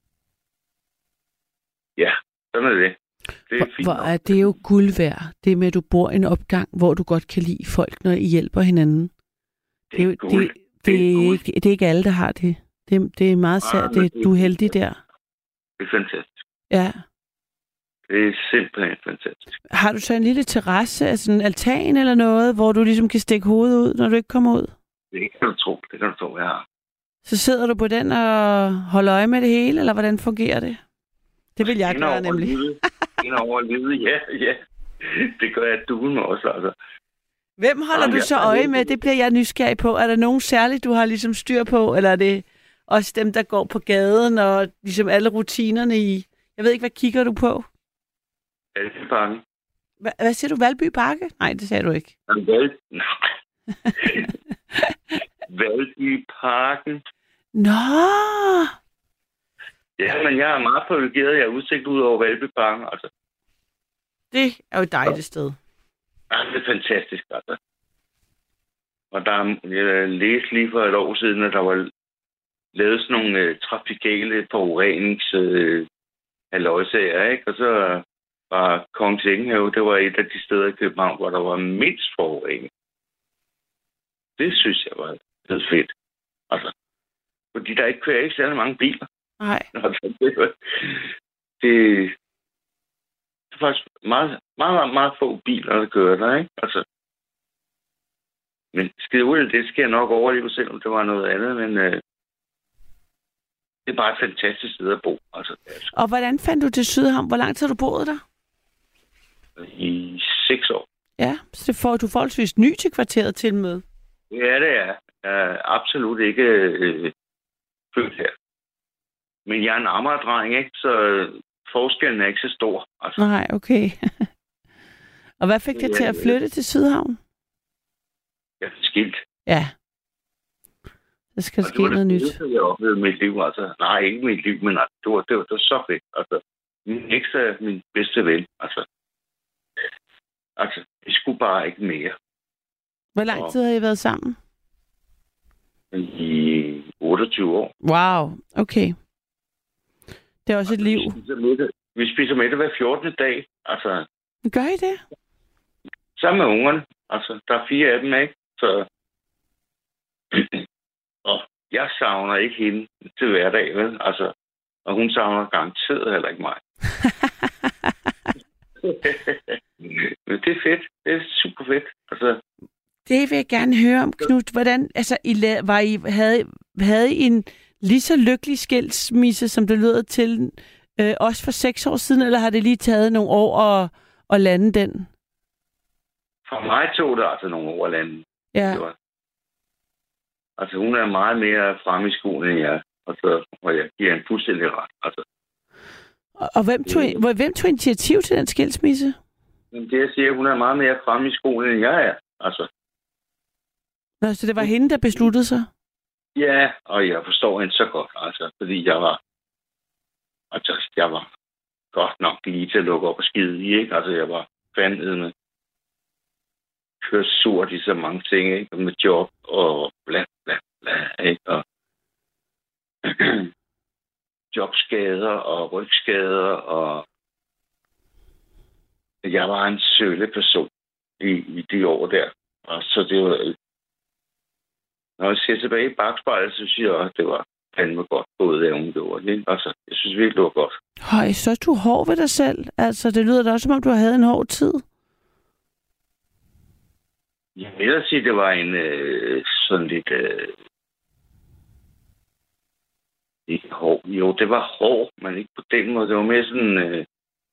Ja, sådan er det. Det er fint. Hvor er det jo guld værd, det med, at du bor i en opgang, hvor du godt kan lide folk, når I hjælper hinanden. Det er ikke alle, der har det. Det er meget sært. Du er heldig der. Det er fantastisk. Ja. Det er simpelthen fantastisk. Har du så en lille terrasse, altså en altan eller noget, hvor du ligesom kan stikke hovedet ud, når du ikke kommer ud? Det kan du tro, jeg har. Så sidder du på den og holder øje med det hele, eller hvordan fungerer det? Det vil jeg gøre, nemlig. Ind over livet, ja. Det gør jeg duen også, altså. Hvem holder du så øje med? Det bliver jeg nysgerrig på. Er der nogen særligt, du har ligesom styr på, eller er det også dem, der går på gaden, og ligesom alle rutinerne i... Jeg ved ikke, hvad kigger du på? Valby Bakke. Hvad siger du? Valby Bakke? Nej, det sagde du ikke. Valby Parken. Nå! Ja, men jeg er meget privilegeret. Jeg har udsigt ud over Valby Parken, altså. Det er jo et dejligt sted. Ja, det er fantastisk, altså. Og jeg læste lige for et år siden, at der var lavet sådan nogle trafikale forureningshaløjsager, ikke? Og så var Kongens Enghave, det var et af de steder i København, hvor der var mindst forurening. Det synes jeg var lidt fedt. Altså, fordi der kører ikke særlig mange biler. Nej. Altså, det er faktisk meget, meget, meget få biler, der kører der, ikke? Altså, men skide det skal jeg nok overleve, selvom det var noget andet, men det er bare et fantastisk sted at bo. Altså, og hvordan fandt du til Sydhavn? Hvor lang tid har du boet der? I 6 år. Ja, så det får du forholdsvis ny til kvarteret til med. Ja, det er. Jeg er absolut ikke født her. Men jeg er en Amager-dreng, ikke? Så forskellen er ikke så stor. Altså. Nej, okay. Og hvad fik dig til at flytte til Sydhavn? Jeg er skilt. Ja. Så skal der ske noget nyt. Det var det, jeg oplevede mit liv. Altså, nej, ikke mit liv, men det var så fedt. Altså, min eks er min bedste ven. Altså, vi skulle bare ikke mere. Hvor lang tid har I været sammen? I 28 år. Wow, okay. Det er også et liv. Vi spiser middag hver 14. dag. Altså, gør I det? Sammen med ungerne. Altså, der er 4 af dem, ikke? Så... og jeg savner ikke hende til hverdag, vel? Altså, og hun savner garanteret heller ikke mig. Men det er fedt. Det er super fedt. Altså, det vil jeg gerne høre om, Knud. Hvordan, altså, havde I en lige så lykkelig skilsmisse, som det lyder til, også for 6 år siden, eller har det lige taget nogle år at lande den? For mig tog det altså nogle år at lande. Ja. Altså, hun er meget mere fremme i skolen end jeg. Altså, og jeg giver en fuldstændig ret. Altså. Og hvem tog initiativ til den skilsmisse? Det jeg siger, hun er meget mere fremme i skolen end jeg er. Altså. Nå, så det var hende, der besluttede sig? Ja, og jeg forstår hende så godt. Altså, fordi jeg var godt nok lige til at lukke op og skide i, ikke? Altså, jeg var fandme kørt surt i så mange ting, ikke? Med job og bla, bla, bla, ikke? Og jobskader og rygskader, og jeg var en sølle person i de år der. Og så det var... Når jeg ser tilbage i bagspejlet, så synes jeg, at det var fandme godt både af hun gjorde det. Altså, jeg synes virkelig, det var godt. Høj, så er du hård ved dig selv. Altså, det lyder da også, som om du havde en hård tid. Jeg vil sige, det var en sådan lidt... ikke hård. Jo, det var hård, men ikke på den måde. Det var mere sådan...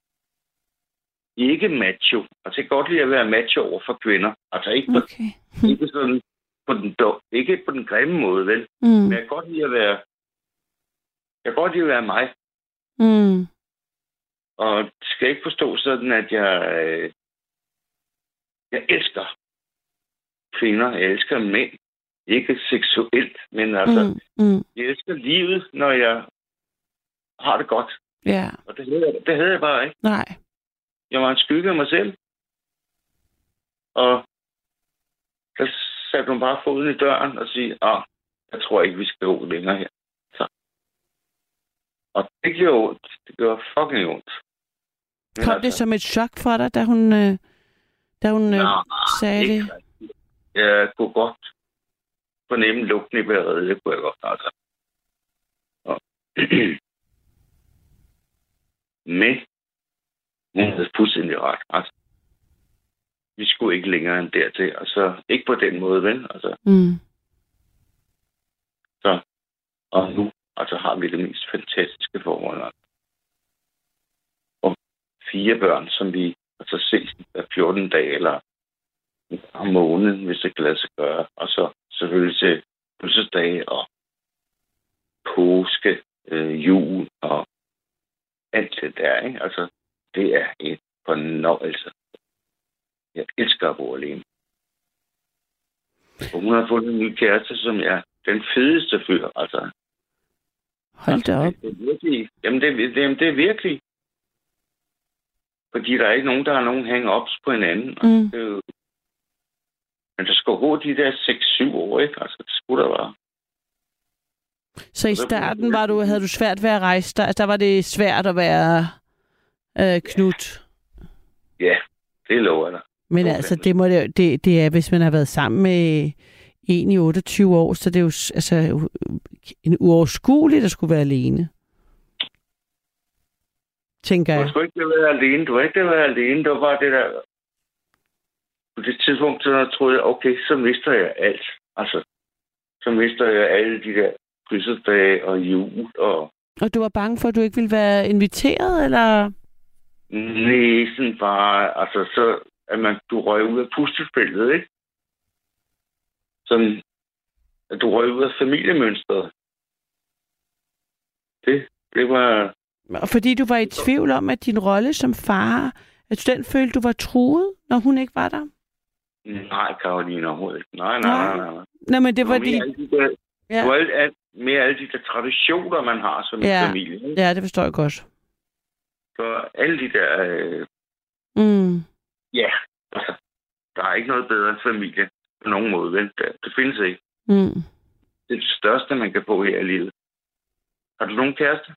ikke macho. Altså, jeg kan godt lide at være macho over for kvinder. Altså, ikke, ikke sådan... ikke på den grimme måde, vel? Men jeg kan godt lide at være... mig. Mm. Og det skal ikke forstå sådan, at jeg elsker kvinder. Jeg elsker mænd. Ikke seksuelt, men altså... Jeg elsker livet, når jeg har det godt. Ja. Og det havde jeg bare ikke. Nej. Jeg var en skygge af mig selv. Og der satte hun bare foden i døren og sige, jeg tror ikke, vi skal gå længere her. Så. Og det gjorde ondt. Det gjorde fucking ondt. Men kom det som et chok for dig, da hun sagde det? Jeg kunne godt fornemme lugten i batteriet. Det kunne jeg godt. Altså. Men hun havde fuldstændig ret. Altså, vi skulle ikke længere end dertil. Altså, ikke på den måde, vel? Altså. Så, og nu har vi det mest fantastiske forhold. Altså. Og 4 børn, som vi ses hver 14 dage eller om måneden, hvis det kan lade sig gøre. Og så selvfølgelig til fødselsdage og påske, jul og alt det der, ikke? Altså, det er en fornøjelse. Jeg elsker at bo alene. Og hun har fundet en ny kæreste, som er den fedeste fyr, altså. Hold da op. Det er virkelig. Jamen, det er virkelig. Fordi der er ikke nogen, der har nogen hang-ups på hinanden. Det er jo... Men der skal gå de der 6-7 år, ikke? Altså, det skulle der være. Så i starten havde du svært ved at rejse dig? Altså, der var det svært at være Knud? Ja, det lover jeg dig. Men altså, det er, hvis man har været sammen med en i 28 år, så det er jo altså en uoverskueligt at skulle være alene. Tænker jeg. Du skulle ikke være alene. Du var ikke være alene. Det var bare det der... På det tidspunkt, så troede jeg, okay, så mister jeg alt. Altså, så mister jeg alle de der fødselsdage og jul og... Og du var bange for, at du ikke ville være inviteret, eller? Nej, sådan bare... Altså, så at du røg ud af puslespillet, ikke? Sådan, at du røg ud af familiemønstret. Det var... Og fordi du var i tvivl om, at din rolle som far, at den følte, du var truet, når hun ikke var der? Nej, Karoline, overhovedet ikke. Nej. Nå, men det var de... Det var mere alle de der traditioner, man har som en familie. Ikke? Ja, det forstår jeg godt. Så alle de der... Ja, altså, der er ikke noget bedre end familie på nogen måde. Vel? Det findes ikke. Det er det største, man kan få her i livet. Har du nogen kæreste?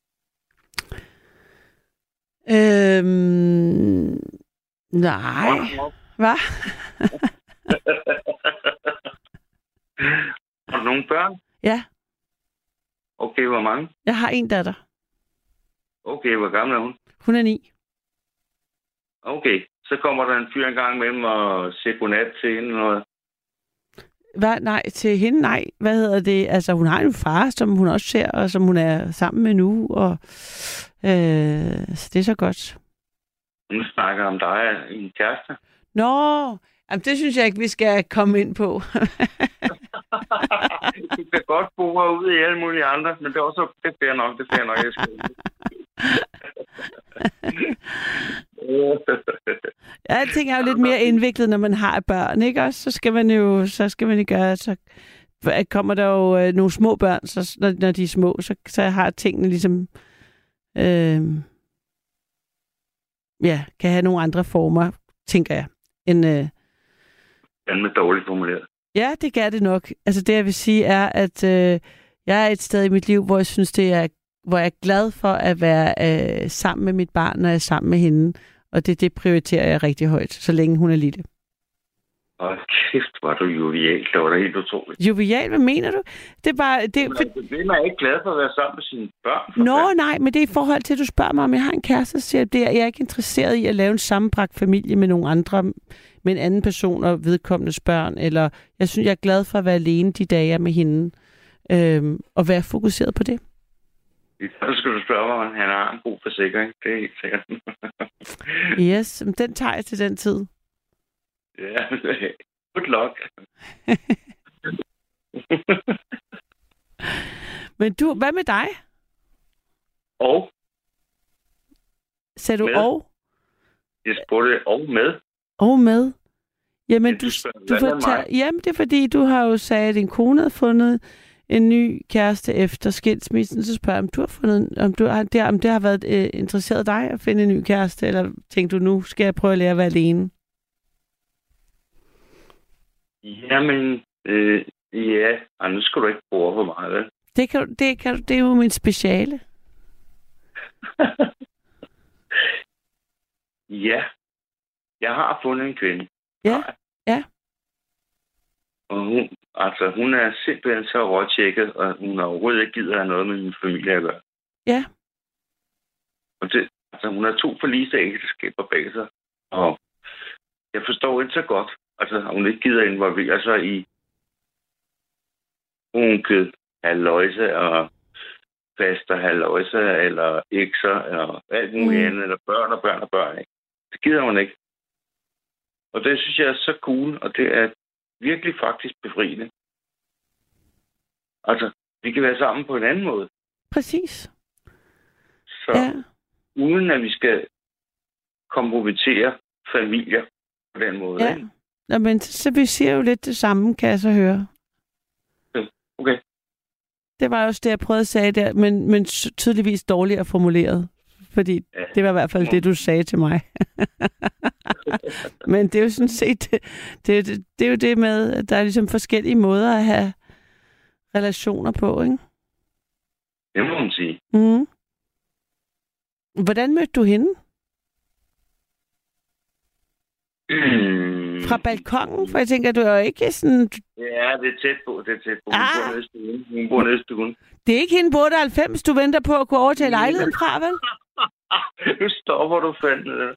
Nej. Hvad? Har du nogen børn? Ja. Okay, hvor mange? Jeg har en datter. Okay, hvor gammel er hun? Hun er 9. Okay, så kommer der en fyr en gang imellem og siger godnat til hende. Noget. Hvad? Nej, til hende? Nej. Hvad hedder det? Altså, hun har en far, som hun også ser, og som hun er sammen med nu, og så det er så godt. Hun snakker om dig og en kæreste. Nå, jamen, det synes jeg ikke, vi skal komme ind på. Du kan godt bo herude i alle mulige andre, men det er også det fair nok, jeg skal. Jeg tænker jo lidt mere indviklet, når man har børn, ikke også? Så skal man jo gøre, så kommer der jo nogle små børn, så når de er små, så har tingene ligesom kan have nogle andre former, tænker jeg. Den med dårligt formuleret. Ja, det gør det nok. Altså det, jeg vil sige, er, at jeg er et sted i mit liv, hvor jeg synes, hvor jeg er glad for at være sammen med mit barn, når jeg er sammen med hende. Og det prioriterer jeg rigtig højt, så længe hun er lille. Åh, kæft, var du jovial. Det var da helt utroligt. Jovial? Hvad mener du? Det er bare... Det er man ikke glad for at være sammen med sine børn. Nej, men det er i forhold til, at du spørger mig, om jeg har en kæreste, så siger jeg, jeg er ikke interesseret i at lave en sammenbragt familie med nogle andre, med en anden person og vedkommendes børn. Eller jeg synes, jeg er glad for at være alene de dage, jeg er med hende. Og være fokuseret på det. Så skal du spørge mig, om han har en god forsikring. Det er helt sikkert. Yes, men den tager jeg til den tid. Ja, good luck. Men hvad med dig? Og? Sagde du og? Jeg spurgte og med. Og med? Jamen, du fortæller... Jamen, det er fordi, du har jo sagt, at din kone havde fundet en ny kæreste efter skilsmissen, så spørger jeg, om det har været interesseret dig at finde en ny kæreste, eller tænkte du, nu skal jeg prøve at lære at være alene? Jamen, ja. Nu skal du ikke bruge for meget, vel? Det er jo min speciale. Ja. Jeg har fundet en kvinde. Ja. Og hun er simpelthen så råtjekket, og hun har overhovedet ikke givet at have noget med min familie at gøre. Ja. Og hun har 2 forliste ægteskaber bag sig. Og jeg forstår ikke så godt, hun ikke gider involvere sig i onkel, halvøjse og faster halvøjse, eller ekser, eller alt muligt andet, eller børn. Ikke? Det gider hun ikke. Og det synes jeg er så cool, og det er virkelig faktisk befriende. Vi kan være sammen på en anden måde. Præcis. Så uden at vi skal kompromittere familier på den måde. Ja. Nå, men så vi siger jo lidt det samme, kan jeg så høre. Okay. Det var også det, jeg prøvede at sige der, men tydeligvis dårligere formuleret. Fordi det var i hvert fald det, du sagde til mig. Men det er jo sådan set, det er jo det med, at der er ligesom forskellige måder at have relationer på, ikke? Det må man sige. Mm. Hvordan mødte du hende? Fra balkongen? For jeg tænker, du er jo ikke sådan... Ja, det er tæt på. Hun bor nede i stuen. Det er ikke hende på 98, du venter på at kunne overtage lejligheden fra, vel? Nu stopper du fandme.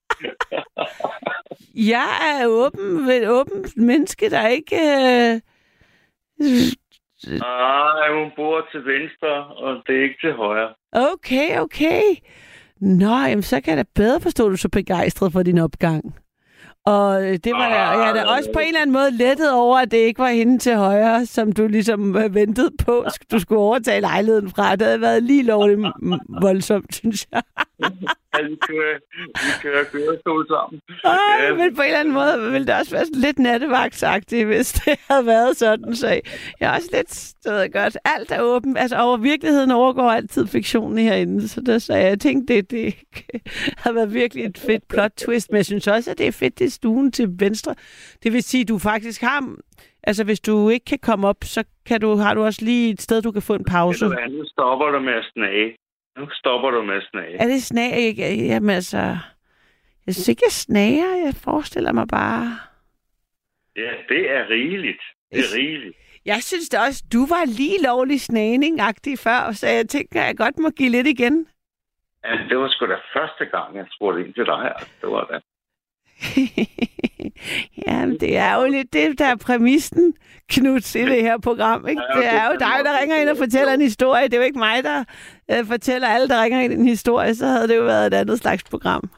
Jeg er åben menneske, der ikke... Nej, hun bor til venstre, og det er ikke til højre. Okay. Nå, jamen, så kan jeg da bedre forstå, at du er så begejstret for din opgang. Og det var jeg er da også på en eller anden måde lettet over, at det ikke var hende til højre, som du ligesom ventede på, du skulle overtage lejligheden fra. Det havde været lige lovligt voldsomt, synes jeg. Ja, vi kører kørestol sammen. Men på en eller anden måde ville det også være lidt nattevagtsagtigt, hvis det havde været sådan. Så jeg er også lidt, det ved jeg godt, alt er åbent. Altså over virkeligheden overgår altid fiktionen herinde. Så jeg tænkte, det havde været virkelig et fedt plot twist. Men jeg synes også, at det er fedt, det er stuen til venstre. Det vil sige, at du faktisk har... Altså, hvis du ikke kan komme op, så har du også lige et sted, du kan få en pause. Nu stopper du med at snage. Er det snag? Jamen altså... Jeg synes ikke, jeg snager. Jeg forestiller mig bare... Ja, det er rigeligt. Jeg synes da også, du var lige lovlig snagning-agtig før, så jeg tænker, at jeg godt må give lidt igen. Ja, det var sgu da første gang, jeg spurgte ind til dig her. Det var det. Jamen, det er jo lidt det, der er præmissen, Knuds, i det her program, ikke? Det er jo dig, der ringer ind og fortæller en historie. Det er jo ikke mig, der fortæller alle, der ringer ind en historie. Så havde det jo været et andet slags program.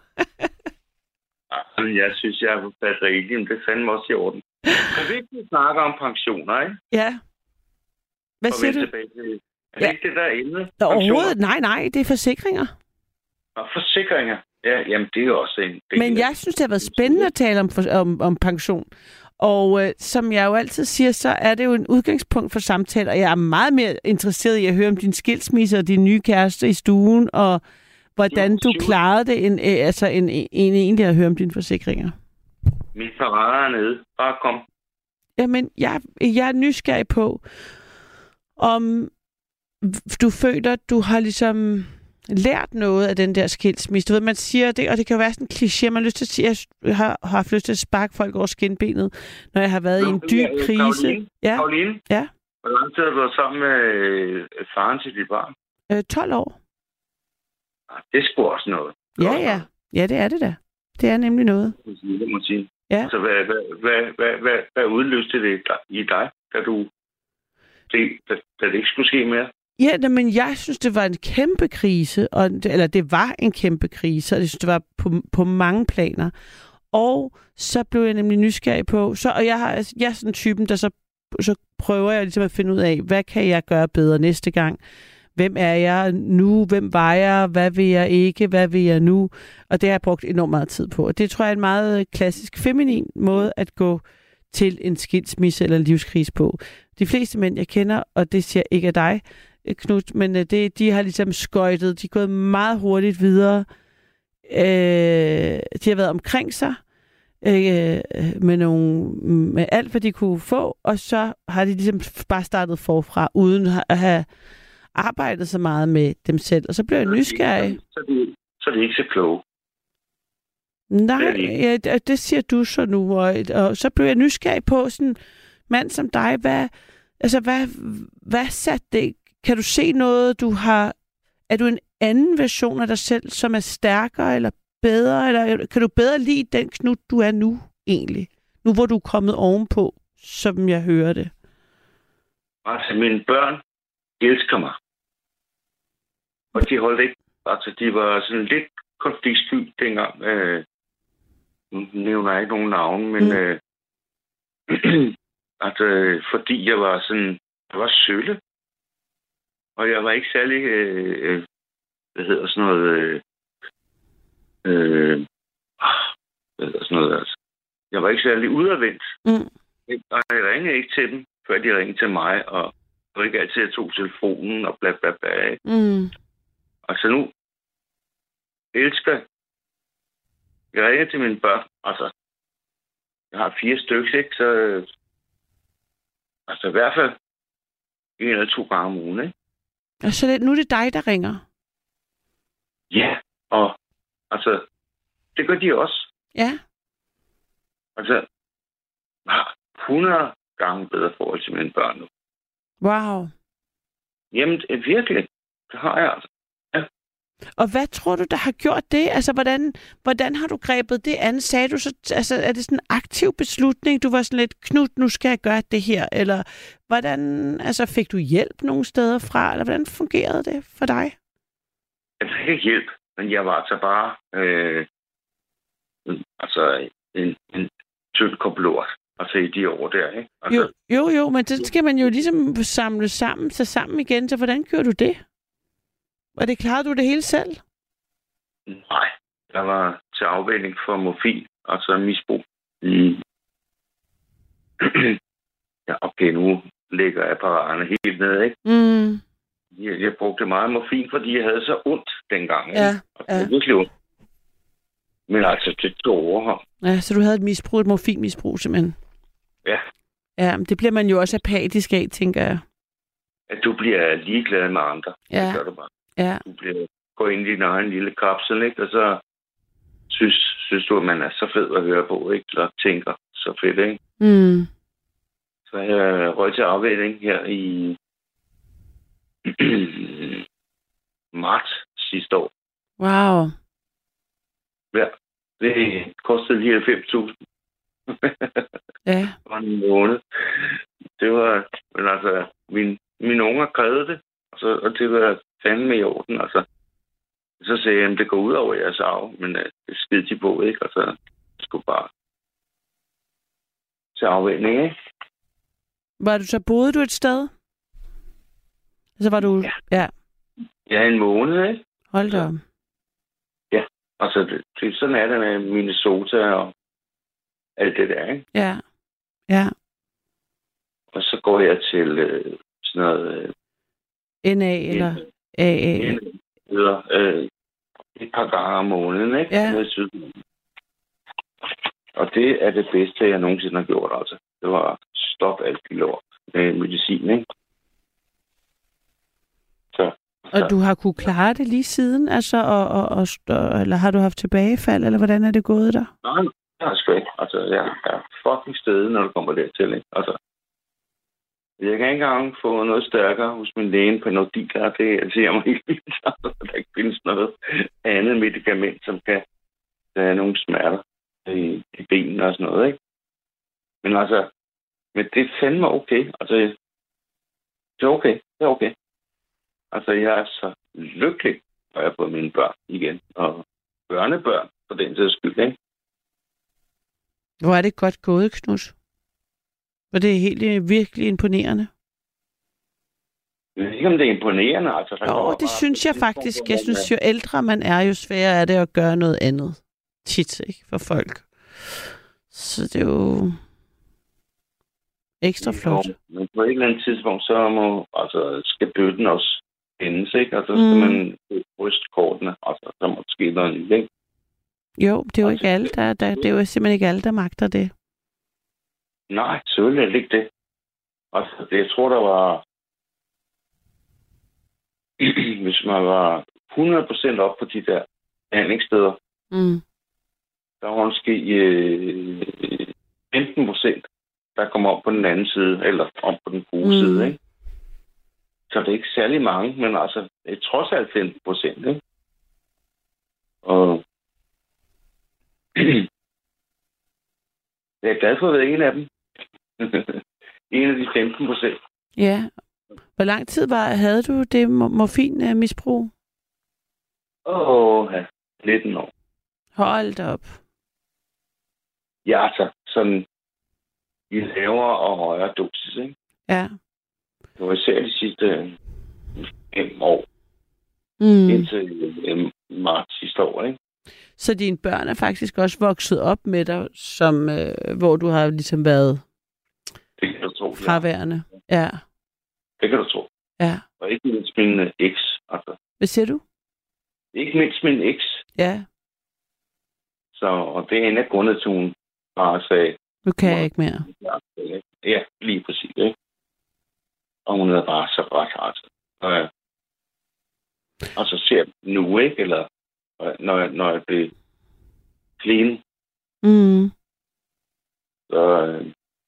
Jeg synes, jeg har fået rigtigt, men det fandme også i orden. Kan vi ikke snakke om pensioner, ikke? Ja. Hvad siger du? Er det ikke det, der er inde? Overhovedet? Nej, det er forsikringer. Og forsikringer? Ja, jamen det er jo også en... Men jeg synes, det har været spændende at tale om pension. Og som jeg jo altid siger, så er det jo en udgangspunkt for samtaler. Jeg er meget mere interesseret i at høre om din skilsmisse og din nye kæreste i stuen, og hvordan du klarede det, end egentlig at høre om dine forsikringer. Min parader er nede. Bare kom. Jamen, jeg er nysgerrig på, om du føler, du har ligesom lært noget af den der skilsmisse. Du ved, man siger det, og det kan jo være sådan en kliché. Man har lyst til at sige, at jeg har haft lyst til at sparke folk over skinbenet, når jeg har været i en dyb krise. Karoline? Ja. Hvor lang tid har du været sammen med faren til dit barn? 12 år. Det er sgu også noget. Ja. Ja, det er det da. Det er nemlig noget. Det må sige. Ja. Så hvad udløste det i dig, da det ikke skulle ske mere? Ja, men jeg synes, det var en kæmpe krise, eller det var en kæmpe krise, og jeg synes, det var på mange planer. Og så blev jeg nemlig nysgerrig på, og jeg er sådan typen, der så prøver jeg ligesom at finde ud af, hvad kan jeg gøre bedre næste gang? Hvem er jeg nu? Hvem var jeg? Hvad vil jeg ikke? Hvad vil jeg nu? Og det har jeg brugt enormt meget tid på. Og det tror jeg er en meget klassisk feminin måde at gå til en skilsmisse eller en livskrise på. De fleste mænd, jeg kender, og det siger ikke af dig, Knud, men de har ligesom skøjtet. De er gået meget hurtigt videre. De har været omkring sig med alt, hvad de kunne få, og så har de ligesom bare startet forfra, uden at have arbejdet så meget med dem selv. Og så blev jeg nysgerrig. Så er det ikke så kloge. Nej, det siger du så nu. Og så blev jeg nysgerrig på sådan en mand som dig. Hvad satte det? Kan du se noget, du har... Er du en anden version af dig selv, som er stærkere eller bedre? Eller kan du bedre lide den Knud, du er nu egentlig? Nu hvor du er kommet ovenpå, som jeg hører det. Altså, mine børn elsker mig. Og de holdt ikke... Altså, de var sådan lidt konfliktfyldt dengang. Nu nævner jeg ikke nogen navn, men... altså, fordi jeg var sådan... Jeg var sølle. Og jeg var ikke særlig... hvad hedder sådan noget... hvad hedder sådan noget, altså. Jeg var ikke særlig udadvendt. Og jeg ringede ikke til dem, før de ringede til mig, og det var ikke altid, jeg tog telefonen og bla bla bla. Altså nu elsker jeg ringer til mine børn, altså jeg har 4 stykker, ikke? Så altså i hvert fald 1 eller 2 gange om ugen, ikke? Og så nu er det dig, der ringer? Ja, og altså det gør de også. Ja. Altså har 100 gange bedre forhold til mine børn nu. Wow. Jamen, virkelig. Det har jeg altså. Ja. Og hvad tror du, der har gjort det? Altså, hvordan har du grebet det an? Sagde du så, altså, er det sådan en aktiv beslutning? Du var sådan lidt, Knut, nu skal jeg gøre det her. Eller hvordan, altså, fik du hjælp nogle steder fra? Eller hvordan fungerede det for dig? Jeg fik ikke hjælp, men jeg var altså bare en tynd kop lort. Altså i de år der, ikke? Altså, Jo, men så skal man jo ligesom samle sammen igen. Så hvordan gjorde du det? Var det klarede du det hele selv? Nej, jeg var til afvænning for morfin, altså misbrug. Ja, okay, nu ligger apparaterne helt nede, ikke? Mm. Jeg brugte meget morfin, fordi jeg havde så ondt dengang. Ikke? Ja. Det var virkelig ondt. Men altså, det tog overhånd. Ja, så du havde et morfinmisbrug simpelthen? Ja. Ja, men det bliver man jo også apatisk af, tænker jeg. At du bliver ligeglad med andre. Ja. Det gør du bare. Ja. Du går ind i din egen lille kapsel, ikke? Og så synes du, at man er så fed at høre på, ikke? Eller tænker så fedt, ikke? Mm. Så jeg røg til afvænning her i marts sidste år. Wow. Ja, det kostede lige 90.000. Ja. For en måned. Det var, men altså, mine unger krævede det, og det var fandme i orden, altså. Så sagde jeg, at det går ud over jeres arv, men det skidte de på, ikke? Altså, det skulle bare til afvænning, ikke? Boede du et sted? Altså var du... Ja. Ja, en måned, ikke? Hold da op. Ja, altså, sådan er det med Minnesota og alt det der, ikke? Ja. Ja. Og så går jeg til sådan noget... NA eller AA? Et par gange om måneden, ikke? Ja. Og det er det bedste, jeg nogensinde har gjort, altså. Det var stop alt det lort med medicin, ikke? Og du har kunne klare det lige siden, altså, eller har du haft tilbagefald, eller hvordan er det gået der? Nej, jeg har sgu ikke. Altså, jeg er fucking stedig, når du kommer dertil, ikke? Altså, jeg kan ikke engang få noget stærkere hos min læge på noget diklar. Det siger mig ikke vildt. Der ikke findes noget andet medicament, som kan have nogle smerter i benene og sådan noget, ikke? Men altså, men det er fandme okay. Altså, det er okay. Det er okay. Altså, jeg er så lykkelig, når jeg har fået mine børn igen. Og børnebørn, for den sags skyld, ikke? Hvor er det godt gået, Knut? Og det er helt virkelig imponerende. Jeg ved ikke, om det er imponerende. Altså, det synes jeg faktisk. Jeg synes, jo ældre man er, jo sværere er det at gøre noget andet. Tit, ikke? For folk. Så det er jo ekstra flot. Men på et eller andet tidspunkt, så skal bøtten også endes, ikke? Altså, skal man ryste kortene. Altså, der må ske noget nyt, ikke? Jo, det er jo ikke alle, det er jo simpelthen ikke alle, der magter det. Nej, selvfølgelig er det ikke det. Altså, jeg tror, der var... Hvis man var 100% op på de der behandlingssteder, der var måske 15%, der kom op på den anden side, eller op på den gode side, ikke? Så det er ikke særlig mange, men altså, det er trods alt 15%, ikke? Og jeg er glad for at være en af dem. En af de 15%. Ja. Hvor lang tid havde du det morfinmisbrug? 19 år. Hold da op. Ja, altså sådan i lavere og højere dosis, ikke? Ja. Det var især de sidste 5 år. Indtil marts sidste år, ikke? Så dine børn er faktisk også vokset op med dig, som, hvor du har ligesom været fraværende. Ja. Det kan du tro. Ja. Og ikke mindst min eks. Altså. Hvad siger du? Ikke mindst min eks. Ja. Så, og det er en af grundene til, hun bare sagde... Nu kan jeg ikke mere. Ja, lige præcis. Ikke? Og hun er bare så bræt, altså. Og så ser jeg nu, ikke? Eller når jeg bliver clean. Så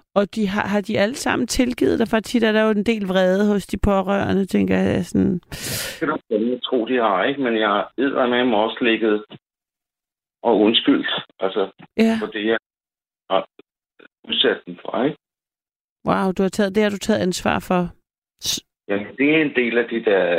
Og har de alle sammen tilgivet dig? For tit er der jo en del vrede hos de pårørende, tænker jeg. Sådan. Jeg tror, de har, ikke? Men jeg har eddermame også ligget og undskyldt, altså, for det, jeg har udsat den for, ikke? Wow, det har du taget ansvar for. Jamen, det er en del af de der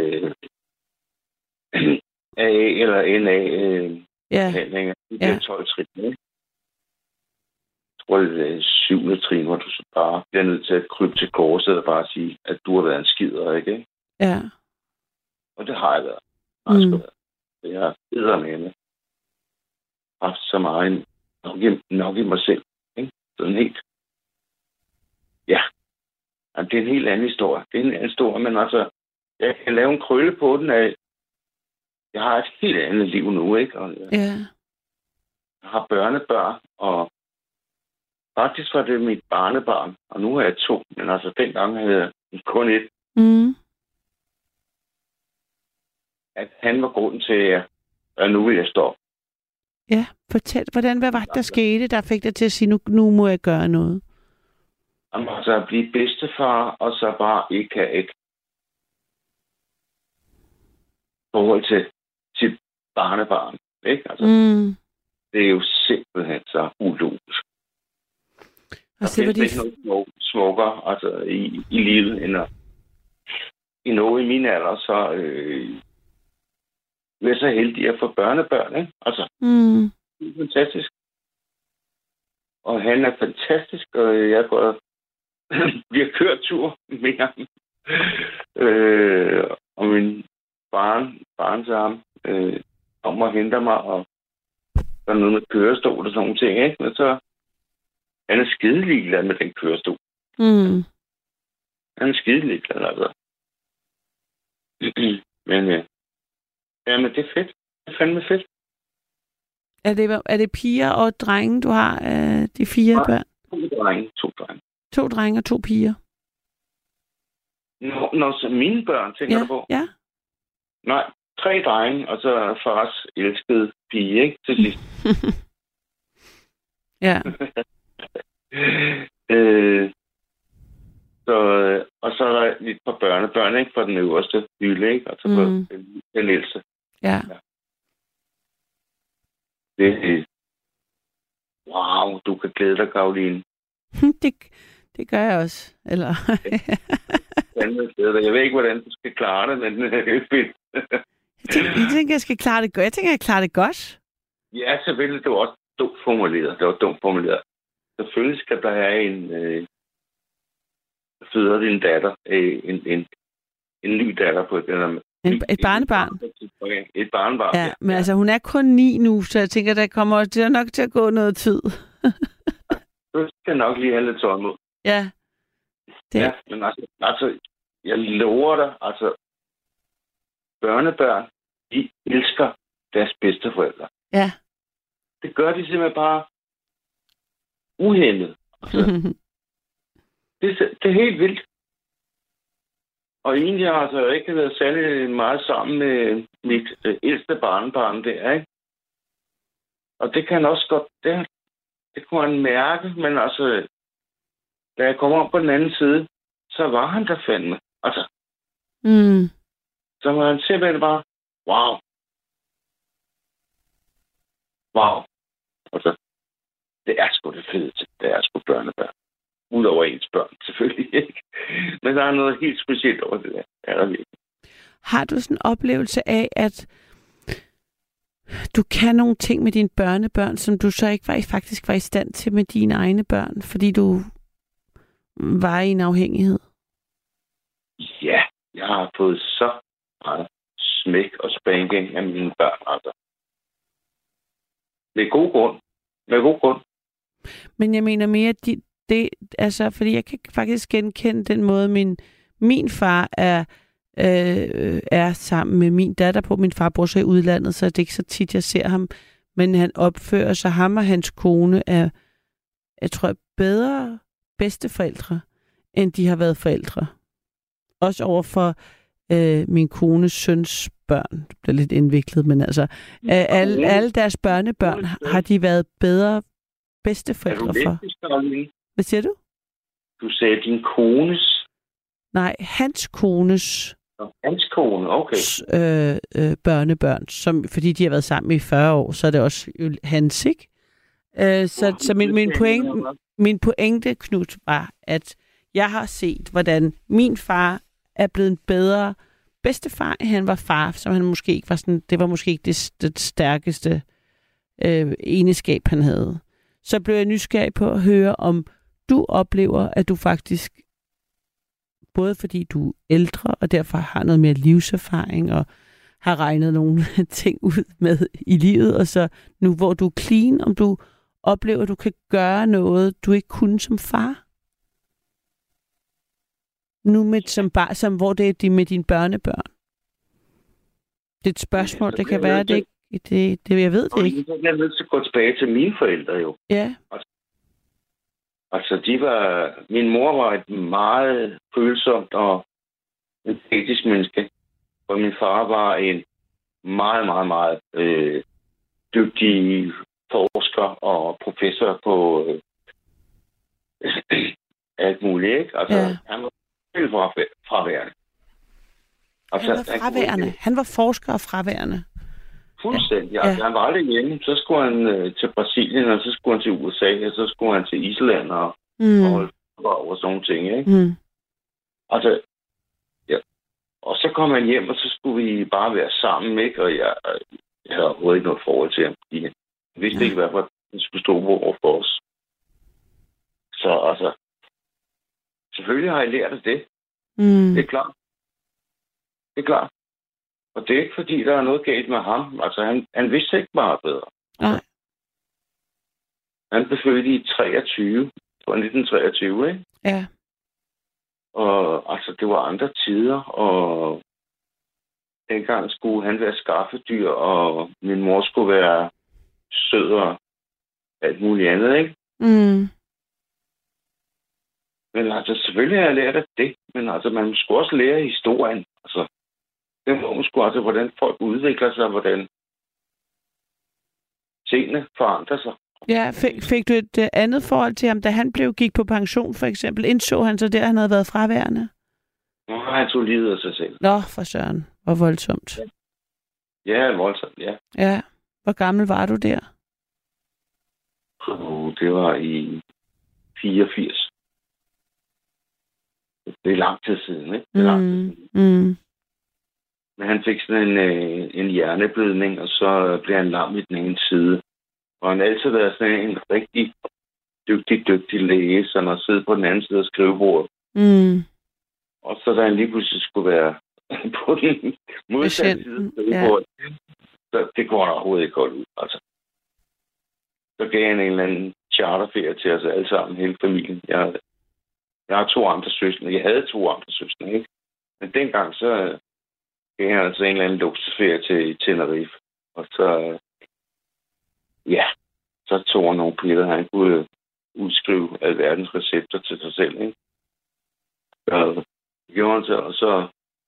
AA eller NA-handlinger. Det er 12 trin, ikke? Jeg tror, det er 7. trin, hvor du så bare bliver nødt til at krybe til korset og bare sige, at du har været en skider, ikke? Ja. Og det har jeg været. Jeg har eddermame haft så meget nok i mig selv, ikke? Sådan helt. Ja. Jamen, det er en helt anden historie. Det er en anden historie, men altså, jeg kan lave en krølle på den af, jeg har et helt andet liv nu, ikke? Og jeg har børnebørn, og faktisk var det mit barnebarn, og nu har jeg 2, men altså dengang havde jeg kun 1. At han var grunden til, at nu vil jeg stoppe. Ja, fortæl, hvad var det, der skete, der fik dig til at sige, nu må jeg gøre noget? Jamen, altså at blive bedstefar, og så bare ikke have et forhold til sit barnebarn, ikke? Altså, det er jo simpelthen så ulogisk. Der findes ikke noget smukkere altså, i livet, end at i noget i min alder, så jeg er så heldig at få børnebørn, ikke? Altså, det er fantastisk. Og han er fantastisk, og jeg går bliver kørt tur med ham. Og min barn til ham kommer og henter mig, og der er noget med kørestol og sådan nogle ting, ikke? Men så han er skidelig glad med den kørestol. Han er skidelig glad, altså. Men men det er fedt. Det er fandme fedt. Er det piger og drenge, du har, de 4 børn? 2 drenge. 2 drenge og 2 piger? Når så mine børn, tænker du på? Ja. Nej, 3 drenge, og så fars elskede pige, ikke? Til sidst. Ja. Og så er der lidt par børnebørn, ikke? For den øverste hylde, ikke? Altså for den ældste. Ja. Det wow, du kan glæde dig, Karoline. Det gør jeg også. Eller? Jeg ved ikke, hvordan du skal klare det, men det er fedt. Jeg tænker, jeg skal klare det godt. Jeg tænker, jeg klarer det godt. Ja, selvfølgelig. Det var også dumt formuleret. Selvfølgelig skal der have føder din datter, en ny datter på et barnebarn. Et barnebarn. Ja, men altså, hun er kun 9 nu, så jeg tænker, der kommer til nok til at gå noget tid. Du skal nok lige have lidt tålmod. Ja. Ja, men altså, jeg lover dig, altså, børnebørn, de elsker deres bedsteforældre. Ja. Det gør de simpelthen bare uhæmmet. Altså, det er helt vildt. Og egentlig har jeg altså ikke været særlig meget sammen med mit ældste barnebarn der, ikke? Og det kan han også godt, det kunne han mærke, men altså, da jeg kom om på den anden side, så var han der fandme. Altså, så var han simpelthen bare, wow. Altså, det er sgu det fedeste, det er sgu børnebørn. Udover ens børn, selvfølgelig ikke. Men der er noget helt specielt over det der. Er der virkelig. Har du sådan en oplevelse af, at du kan nogle ting med dine børnebørn, som du så ikke faktisk var i stand til med dine egne børn, fordi du var i en afhængighed? Ja, jeg har fået så meget smæk og spanking af mine børn, altså. Med god grund. Men jeg mener mere, at det, altså, fordi jeg kan faktisk genkende den måde, min far er sammen med min datter på. Min far bor så i udlandet, så det er ikke så tit, jeg ser ham. Men han opfører sig, ham og hans kone er, jeg tror, bedre bedsteforældre, end de har været forældre. Også over for min kones søns børn. Det bliver lidt indviklet, men altså, alle deres børnebørn har de været bedre bedsteforældre for. Lesbisk, hvad siger du? Du sagde din kones? Nej, hans kones Hans kone, okay. Børnebørn, fordi de har været sammen i 40 år, så er det også hans, ikke? Så min pointe, Knut, var, at jeg har set, hvordan min far er blevet en bedre bedstefar, end han var far, som han måske ikke var sådan, det var måske ikke det stærkeste egenskab, han havde. Så blev jeg nysgerrig på at høre, om du oplever, at du faktisk, både fordi du er ældre, og derfor har noget mere livserfaring, og har regnet nogle ting ud med i livet, og så nu, hvor du er clean, om du oplever, at du kan gøre noget, du ikke kunne som far? Nu som hvor det er med dine børnebørn. Det er et spørgsmål, det kan være, det jeg ved det ikke. Jeg er nødt til at gå tilbage til mine forældre jo. Ja. Altså, min mor var et meget følsomt og empatisk menneske, og min far var en meget, meget, meget dygtig forsker og professor på alt muligt, ikke? Altså, han var helt fraværende. Han var forsker og fraværende. Fuldstændig. Ja. Altså, han var aldrig hjemme. Så skulle han til Brasilien, og så skulle han til USA, og så skulle han til Island og over sådan nogle ting, ikke? Mm. Altså, ja. Og så kom han hjem, og så skulle vi bare være sammen, ikke? Og jeg havde overhovedet ikke noget forhold til ham. Jeg vidste ikke, hvad han skulle stå over for os. Så altså, selvfølgelig har jeg lært af det. Mm. Det er klart. Det er klart. Og det er ikke, fordi der er noget galt med ham. Altså, han vidste ikke meget bedre. Nej. Han blev født i 1923, ikke? Ja. Og altså, det var andre tider, og dengang skulle han være skaffedyr, og min mor skulle være sød og alt muligt andet, ikke? Mm. Men altså, selvfølgelig har jeg lært af det, men altså, man skulle også lære historien. Altså, det må man sgu, altså, hvordan folk udvikler sig, hvordan tingene forandrer sig. Ja, fik du et andet forhold til ham, da han gik på pension, for eksempel? Indså han så der, han havde været fraværende? Nå, han tog livet af sig selv. Nå, for søren. Hvor voldsomt. Ja, voldsomt, ja. Ja. Hvor gammel var du der? Det var i 84. Det er lang tid siden, ikke? Det er lang tid siden. Mm. Men han fik sådan en hjerneblødning, og så blev han lam i den ene side. Og han har altid været sådan en rigtig dygtig læge, som har siddet på den anden side af skrivebordet. Mm. Og så da han lige pludselig skulle være på den modsatte side af skrivebordet, så det går der overhovedet ikke godt ud. Altså. Så gav han en eller anden charterferie til os alle sammen, hele familien. Jeg har 2 andre søstre. Jeg havde 2 andre søstre, ikke? Men dengang så gav han altså en eller anden luksusferie til Tenerife. Og så så tog han nogle piller, han kunne udskrive alverdens recepter til sig selv, ikke? Så gjorde han så, og så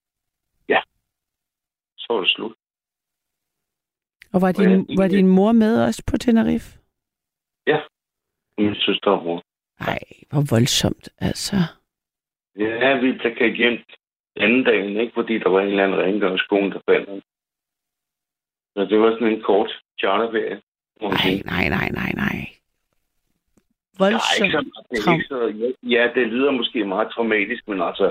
var det slut. Og var din mor med os på Tenerife? Ja, min søster og mor. Ej, hvor voldsomt, altså. Ja, vi blev kaldt hjem anden dagen, ikke? Fordi der var en eller anden rengøringskone, der faldt. Så det var sådan en kort charterferie. Nej. Voldsomt. Det lyder måske meget traumatisk, men altså...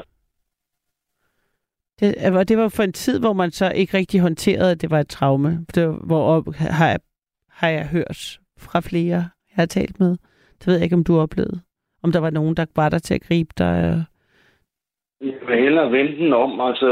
Det var for en tid, hvor man så ikke rigtig håndterede, at det var et traume. Hvor har jeg hørt fra flere, jeg har talt med. Det ved jeg ikke, om du oplevede. Om der var nogen, der var der til at gribe dig. Jeg vil hellere vende den om. Altså,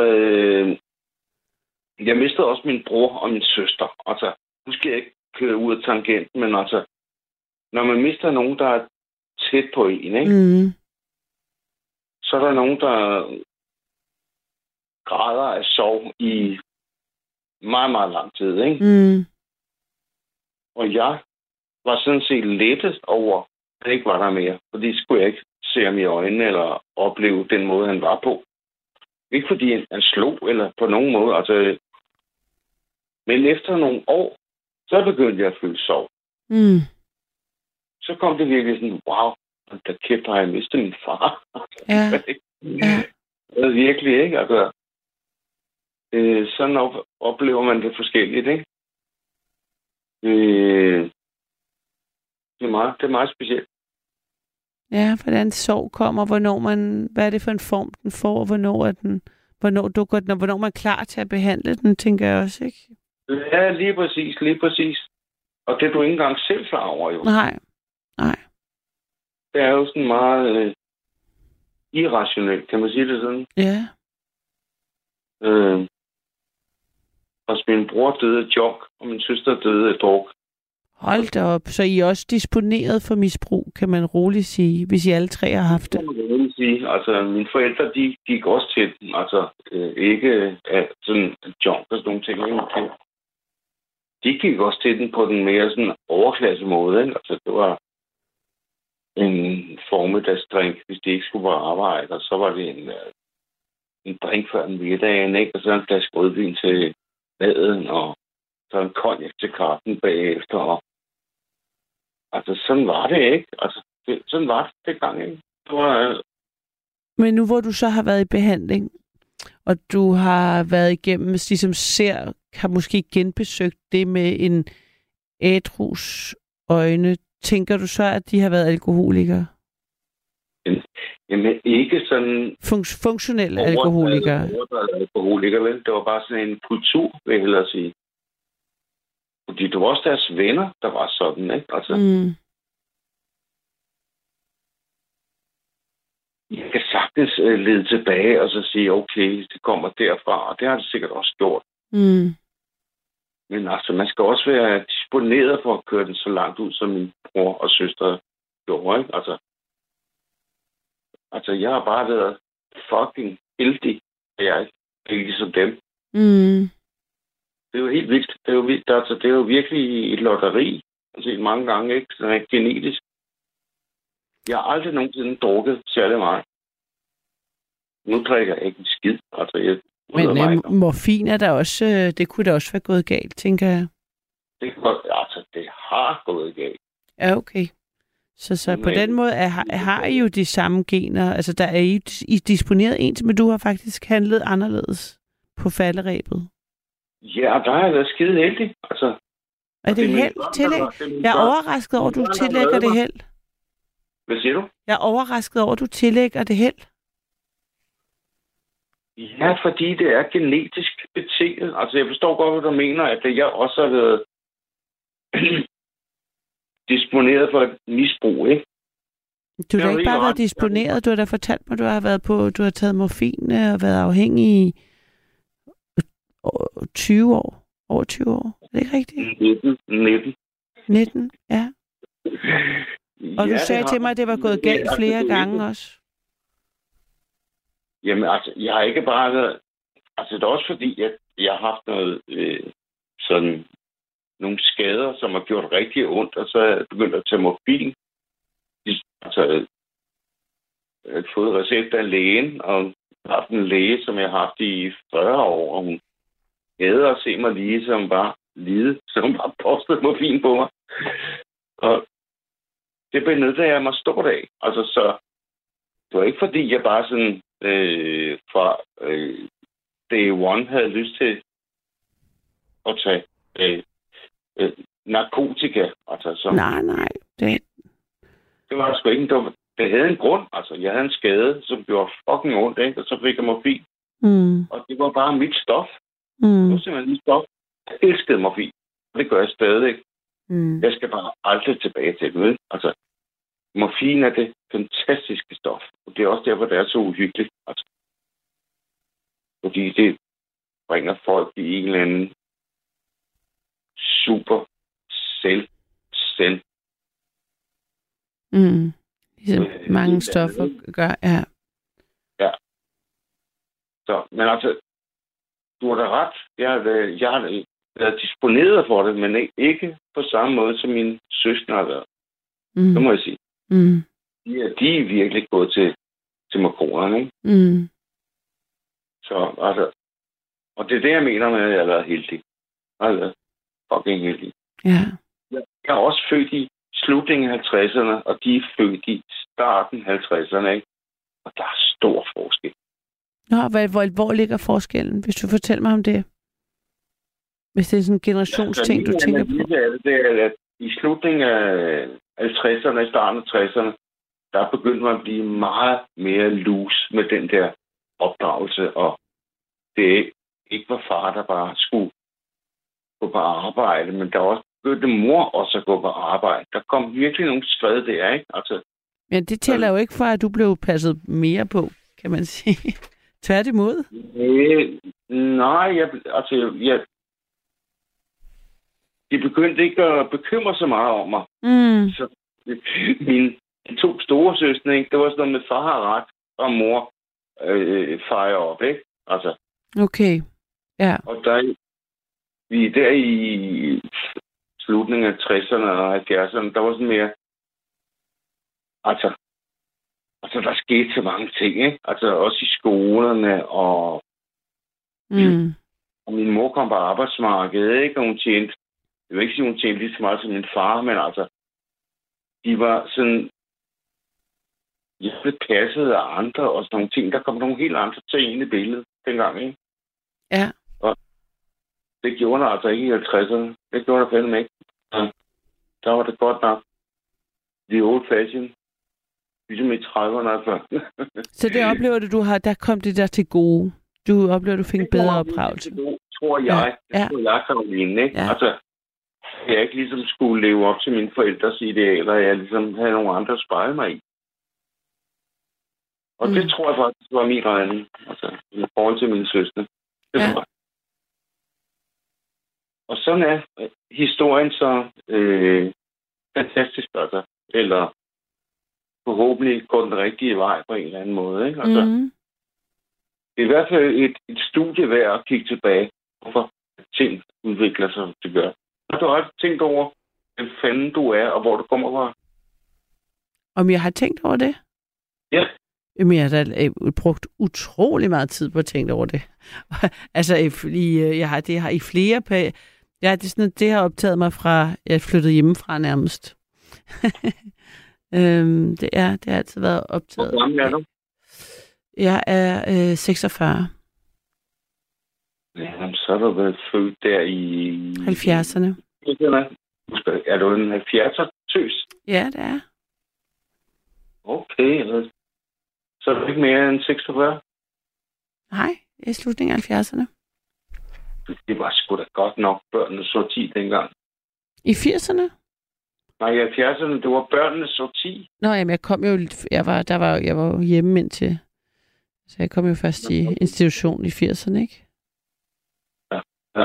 jeg mistede også min bror og min søster. Altså, nu skal jeg ikke køre ud af tangenten, men altså, når man mister nogen, der er tæt på en, ikke? Så er der nogen, der græder af sorg i meget, meget lang tid, ikke? Og jeg var sådan set lettet over, at det ikke var der mere. Fordi skulle jeg ikke se ham i øjnene eller opleve den måde, han var på. Ikke fordi han slog eller på nogen måde. Altså, men efter nogle år, så begyndte jeg at føle sorg. Så kom det virkelig sådan, wow, der kæft har jeg mistet min far. Ja. Det er virkelig, ikke? Altså, sådan oplever man det forskelligt, ikke? Det er meget specielt. Ja, hvordan sorg kommer, hvad er det for en form, den får, og hvornår man er klar til at behandle den, tænker jeg også, ikke? Ja, lige præcis. Og det er du ikke engang selv klar over, jo. Nej. Det er jo sådan meget irrationelt, kan man sige det sådan? Ja. Og min bror døde af jog, og min søster døde af druk. Hold da op. Så I er også disponeret for misbrug, kan man roligt sige, hvis I alle tre har haft det? Det kan man roligt sige. Altså, mine forældre, de gik også til den. Altså, ikke af sådan jog og sådan nogle ting. Ikke? De gik også til den på den mere sådan overklasse måde. Ikke? Altså, det var en formiddagsdrink, hvis de ikke skulle på arbejde. Og så var det en drink før en middag, ikke? Og så en flaske rødvin til maden, og så en cognac til kaffen bagefter. Og altså, sådan var det, ikke? Altså, sådan var det dengang, ikke? Det var, Men nu hvor du så har været i behandling, og du har været igennem, ligesom har måske genbesøgt det med en ædrus øjne, tænker du så, at de har været alkoholikere? Jamen, ikke sådan... Funktionelle alkoholikere? Alkoholikere, vel? Det var bare sådan en kultur, vil jeg hellere sige. Fordi det var også deres venner, der var sådan, ikke? Altså, jeg kan sagtens lede tilbage og så sige, okay, det kommer derfra, og det har det sikkert også gjort. Men altså, man skal også være disponeret for at køre den så langt ud, som min bror og søster gjorde, ikke? Altså, jeg har bare været fucking heldig, at jeg ikke ligesom dem. Det er jo helt vildt. Det er jo vildt. Altså, det er jo virkelig et lotteri. Altså, mange gange, ikke? Sådan er genetisk. Jeg har aldrig nogensinde drukket særlig meget. Nu drikker jeg ikke en skid. Altså, men morfin er der også, det kunne da også være gået galt, tænker jeg. Det har gået galt. Ja, okay. Så på den måde har I jo de samme gener. Altså, der er I disponeret ens, men du har faktisk handlet anderledes på falderæbet. Ja, der har jeg været skide heldig. Altså, er det held? Tillæg? Jeg er overrasket over, at du tillægger det held. Hvad siger du? Jeg er overrasket over, at du tillægger det held. Ja, fordi det er genetisk betinget. Altså, jeg forstår godt, hvad du mener, at jeg også har været disponeret for et misbrug, ikke? Du har ikke bare været disponeret. Du har da fortalt mig, du har taget morfin og været afhængig i 20 år. Over 20 år. Er det ikke rigtigt? 19, ja. Og du sagde til mig, at det var gået galt flere gange også. Jamen, altså, jeg har ikke bare været... Altså, det er også fordi, at jeg har haft noget sådan... Nogle skader, som har gjort rigtig ondt, og så er jeg begyndt at tage morfin. Altså, jeg har fået recept af lægen, og jeg har haft en læge, som jeg har haft i 40 år, og hun hader at se mig lige, som bare lide, så hun bare postede morfin på mig. Og det benyttede jeg mig stort af. Altså, så det var ikke fordi, jeg bare sådan fra day one havde lyst til at tage narkotika. Altså, som, nej. Det var sgu ikke. Det havde en grund. Altså, jeg havde en skade, som gjorde fucking ondt, ikke? Og så fik jeg morfin. Og det var bare mit stof. Det var simpelthen mit stof. Jeg elskede morfin. Det gør jeg stadig. Jeg skal bare aldrig tilbage til det. Altså, morfin er det fantastiske stof. Og det er også derfor, det er så uhyggeligt. Altså, fordi det bringer folk i en eller anden super selv. Ligesom mange stoffer gør, ja. Ja. Så, men altså, du har da ret. Jeg har været disponeret for det, men ikke på samme måde, som mine søskende har været. Det må jeg sige. De er virkelig gået til makronerne, ikke? Så, altså, og det er det, jeg mener med, at jeg har været heldig. Jeg har været fucking heldig. Ja. Jeg er også født i slutningen af 50'erne, og de er født i starten af 50'erne, ikke? Og der er stor forskel. Nå, hvor ligger forskellen, hvis du fortæller mig om det? Hvis det er sådan en generationsting, du tænker på. Det er, at i slutningen af 50'erne, i starten af 60'erne, der begyndte man at blive meget mere loose med den der opdragelse, og det ikke var far, der bare skulle gå på arbejde, men der var også begyndte mor også at gå på arbejde. Der kom virkelig nogle skred der, ikke? Altså, men det tæller jo ikke for, at du blev passet mere på, kan man sige. Tværtimod. Nej, de begyndte ikke at bekymre så meget om mig. Så mine 2 store søstre, ikke? Det var sådan noget med far har ret, og mor fejrer op, ikke? Altså. Okay, ja. Og vi der i slutningen af 60'erne og 70'erne, der var sådan mere, altså der skete så mange ting, ikke? Altså også i skolerne, og min mor kom på arbejdsmarkedet, ikke? Og hun tjente, jeg vil ikke sige, hun tjente lige så meget som min far, men altså, de var sådan, jeg blev passet af andre og sådan nogle ting. Der kom nogle helt andre ting ind i billedet dengang, ikke? Ja. Og det gjorde der altså ikke i 50'erne. Det gjorde der fandme ikke. Der var det godt nok. The old fashion. Ligesom i 30'erne før. Så det oplever du der kom det der til gode. Du oplever, du fik en bedre opdragelse. Tror jeg. Ja. Tror jeg, Karoline, ikke? Ja. Altså, jeg ikke ligesom skulle leve op til mine forældres idealer. Jeg ligesom havde nogle andre at spejle mig i. Og det tror jeg faktisk var min regning. Altså, i forhold til mine søstre. Ja. Og sådan er historien så fantastisk, altså. Eller forhåbentlig går den rigtige vej på en eller anden måde, ikke? Altså, det er i hvert fald et studie værd at kigge tilbage, hvorfor ting udvikler sig, som det gør. Har du også tænkt over, hvem fanden du er, og hvor du kommer fra? Om jeg har tænkt over det? Ja. Jamen, jeg har da brugt utrolig meget tid på at tænke over det. Altså, jeg har i flere det har optaget mig fra, jeg flyttede hjemmefra nærmest. Det har altid været optaget. Hvor gammel er du? Jeg er 46. Jamen, så er du været født der i 70'erne. Er du en 70'er tøs? Ja, det er. Okay, så er du ikke mere end 46? Nej, i slutningen af 70'erne. Det var sgu da godt nok børnene sorti dengang. I 80'erne? Nej, i 70'erne, det var børnene sorti. Nå, jamen, jeg var hjemme indtil. Så jeg kom jo først i institution i 80'erne, ikke? Ja.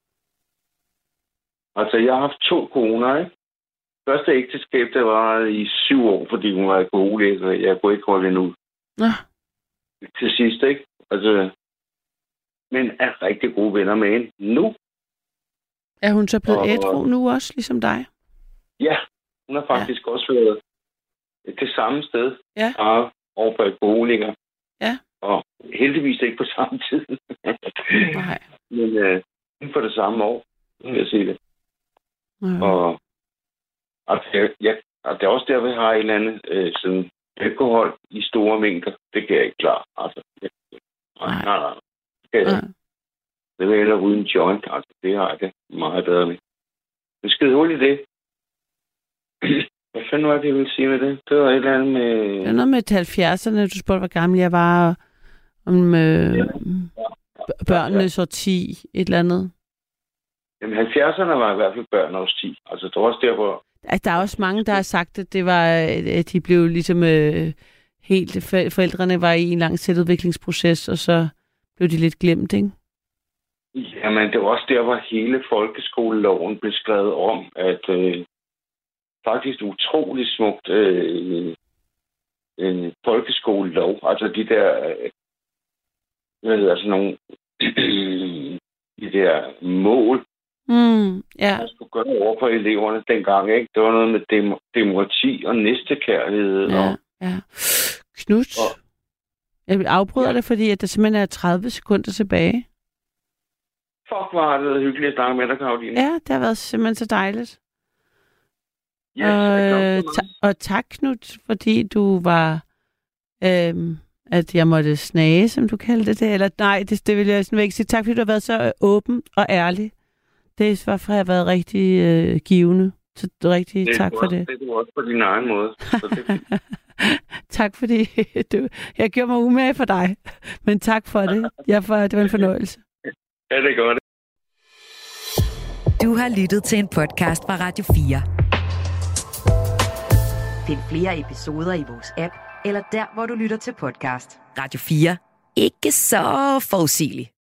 Altså, jeg har haft 2 koner, ikke? Første ægteskab, der var i 7 år, fordi hun var alkoholiker. Jeg kunne ikke holde hende ud. Nå. Til sidst, ikke? Altså, men er rigtig gode venner med hende nu. Er hun så blevet ædru nu også, ligesom dig? Ja, hun har faktisk også været det samme sted. Ja. Over for alkoholiker. Ja. Og heldigvis ikke på samme tid. Nej. Men inden for det samme år, vil jeg sige det. Og det er også der, vi har et eller andet sådan alkohol i store mængder. Det kan jeg ikke klare. Altså, nej. Det vil hellere uden joint. Altså, det har jeg det meget bedre med. Men skide hul i det. Hvad fanden var det, jeg ville sige med det? Det var et eller andet med... Det er noget med 70'erne. Du spurgte, hvor gammel jeg var. Om børnene så 10, et eller andet. Jamen, 70'erne var i hvert fald børn også 10. Altså, det var også der, hvor... Der er også mange, der har sagt, at det var, at de blev ligesom helt... Forældrene var i en lang selvudviklingsproces, og så blev de lidt glemt, ikke? Jamen, det var også der, hvor hele folkeskoleloven blev skrevet om, at faktisk utrolig smukt en folkeskolelov. Altså de der... sådan nogle... de der mål, man skulle gøre over for eleverne dengang, ikke? Det var noget med demokrati og næstekærlighed. Ja. Knut, jeg afbryder dig, fordi at der simpelthen er 30 sekunder tilbage. Fuck, var det hyggeligt at snakke med dig, Karoline. Ja, det har været simpelthen så dejligt. Og tak, Knut, fordi du var... at jeg måtte snage, som du kaldte det. Eller nej, det vil jeg sådan ikke sige. Tak, fordi du har været så åben og ærlig. Det har jeg været rigtig givende. Så rigtig tak for det. Det er du også på din egen måde. Så det tak fordi jeg gjorde mig umage for dig. Men tak for det. Det var en fornøjelse. Ja, det er godt. Du har lyttet til en podcast fra Radio 4. Find flere episoder i vores app, eller der, hvor du lytter til podcast. Radio 4. Ikke så forudsigeligt.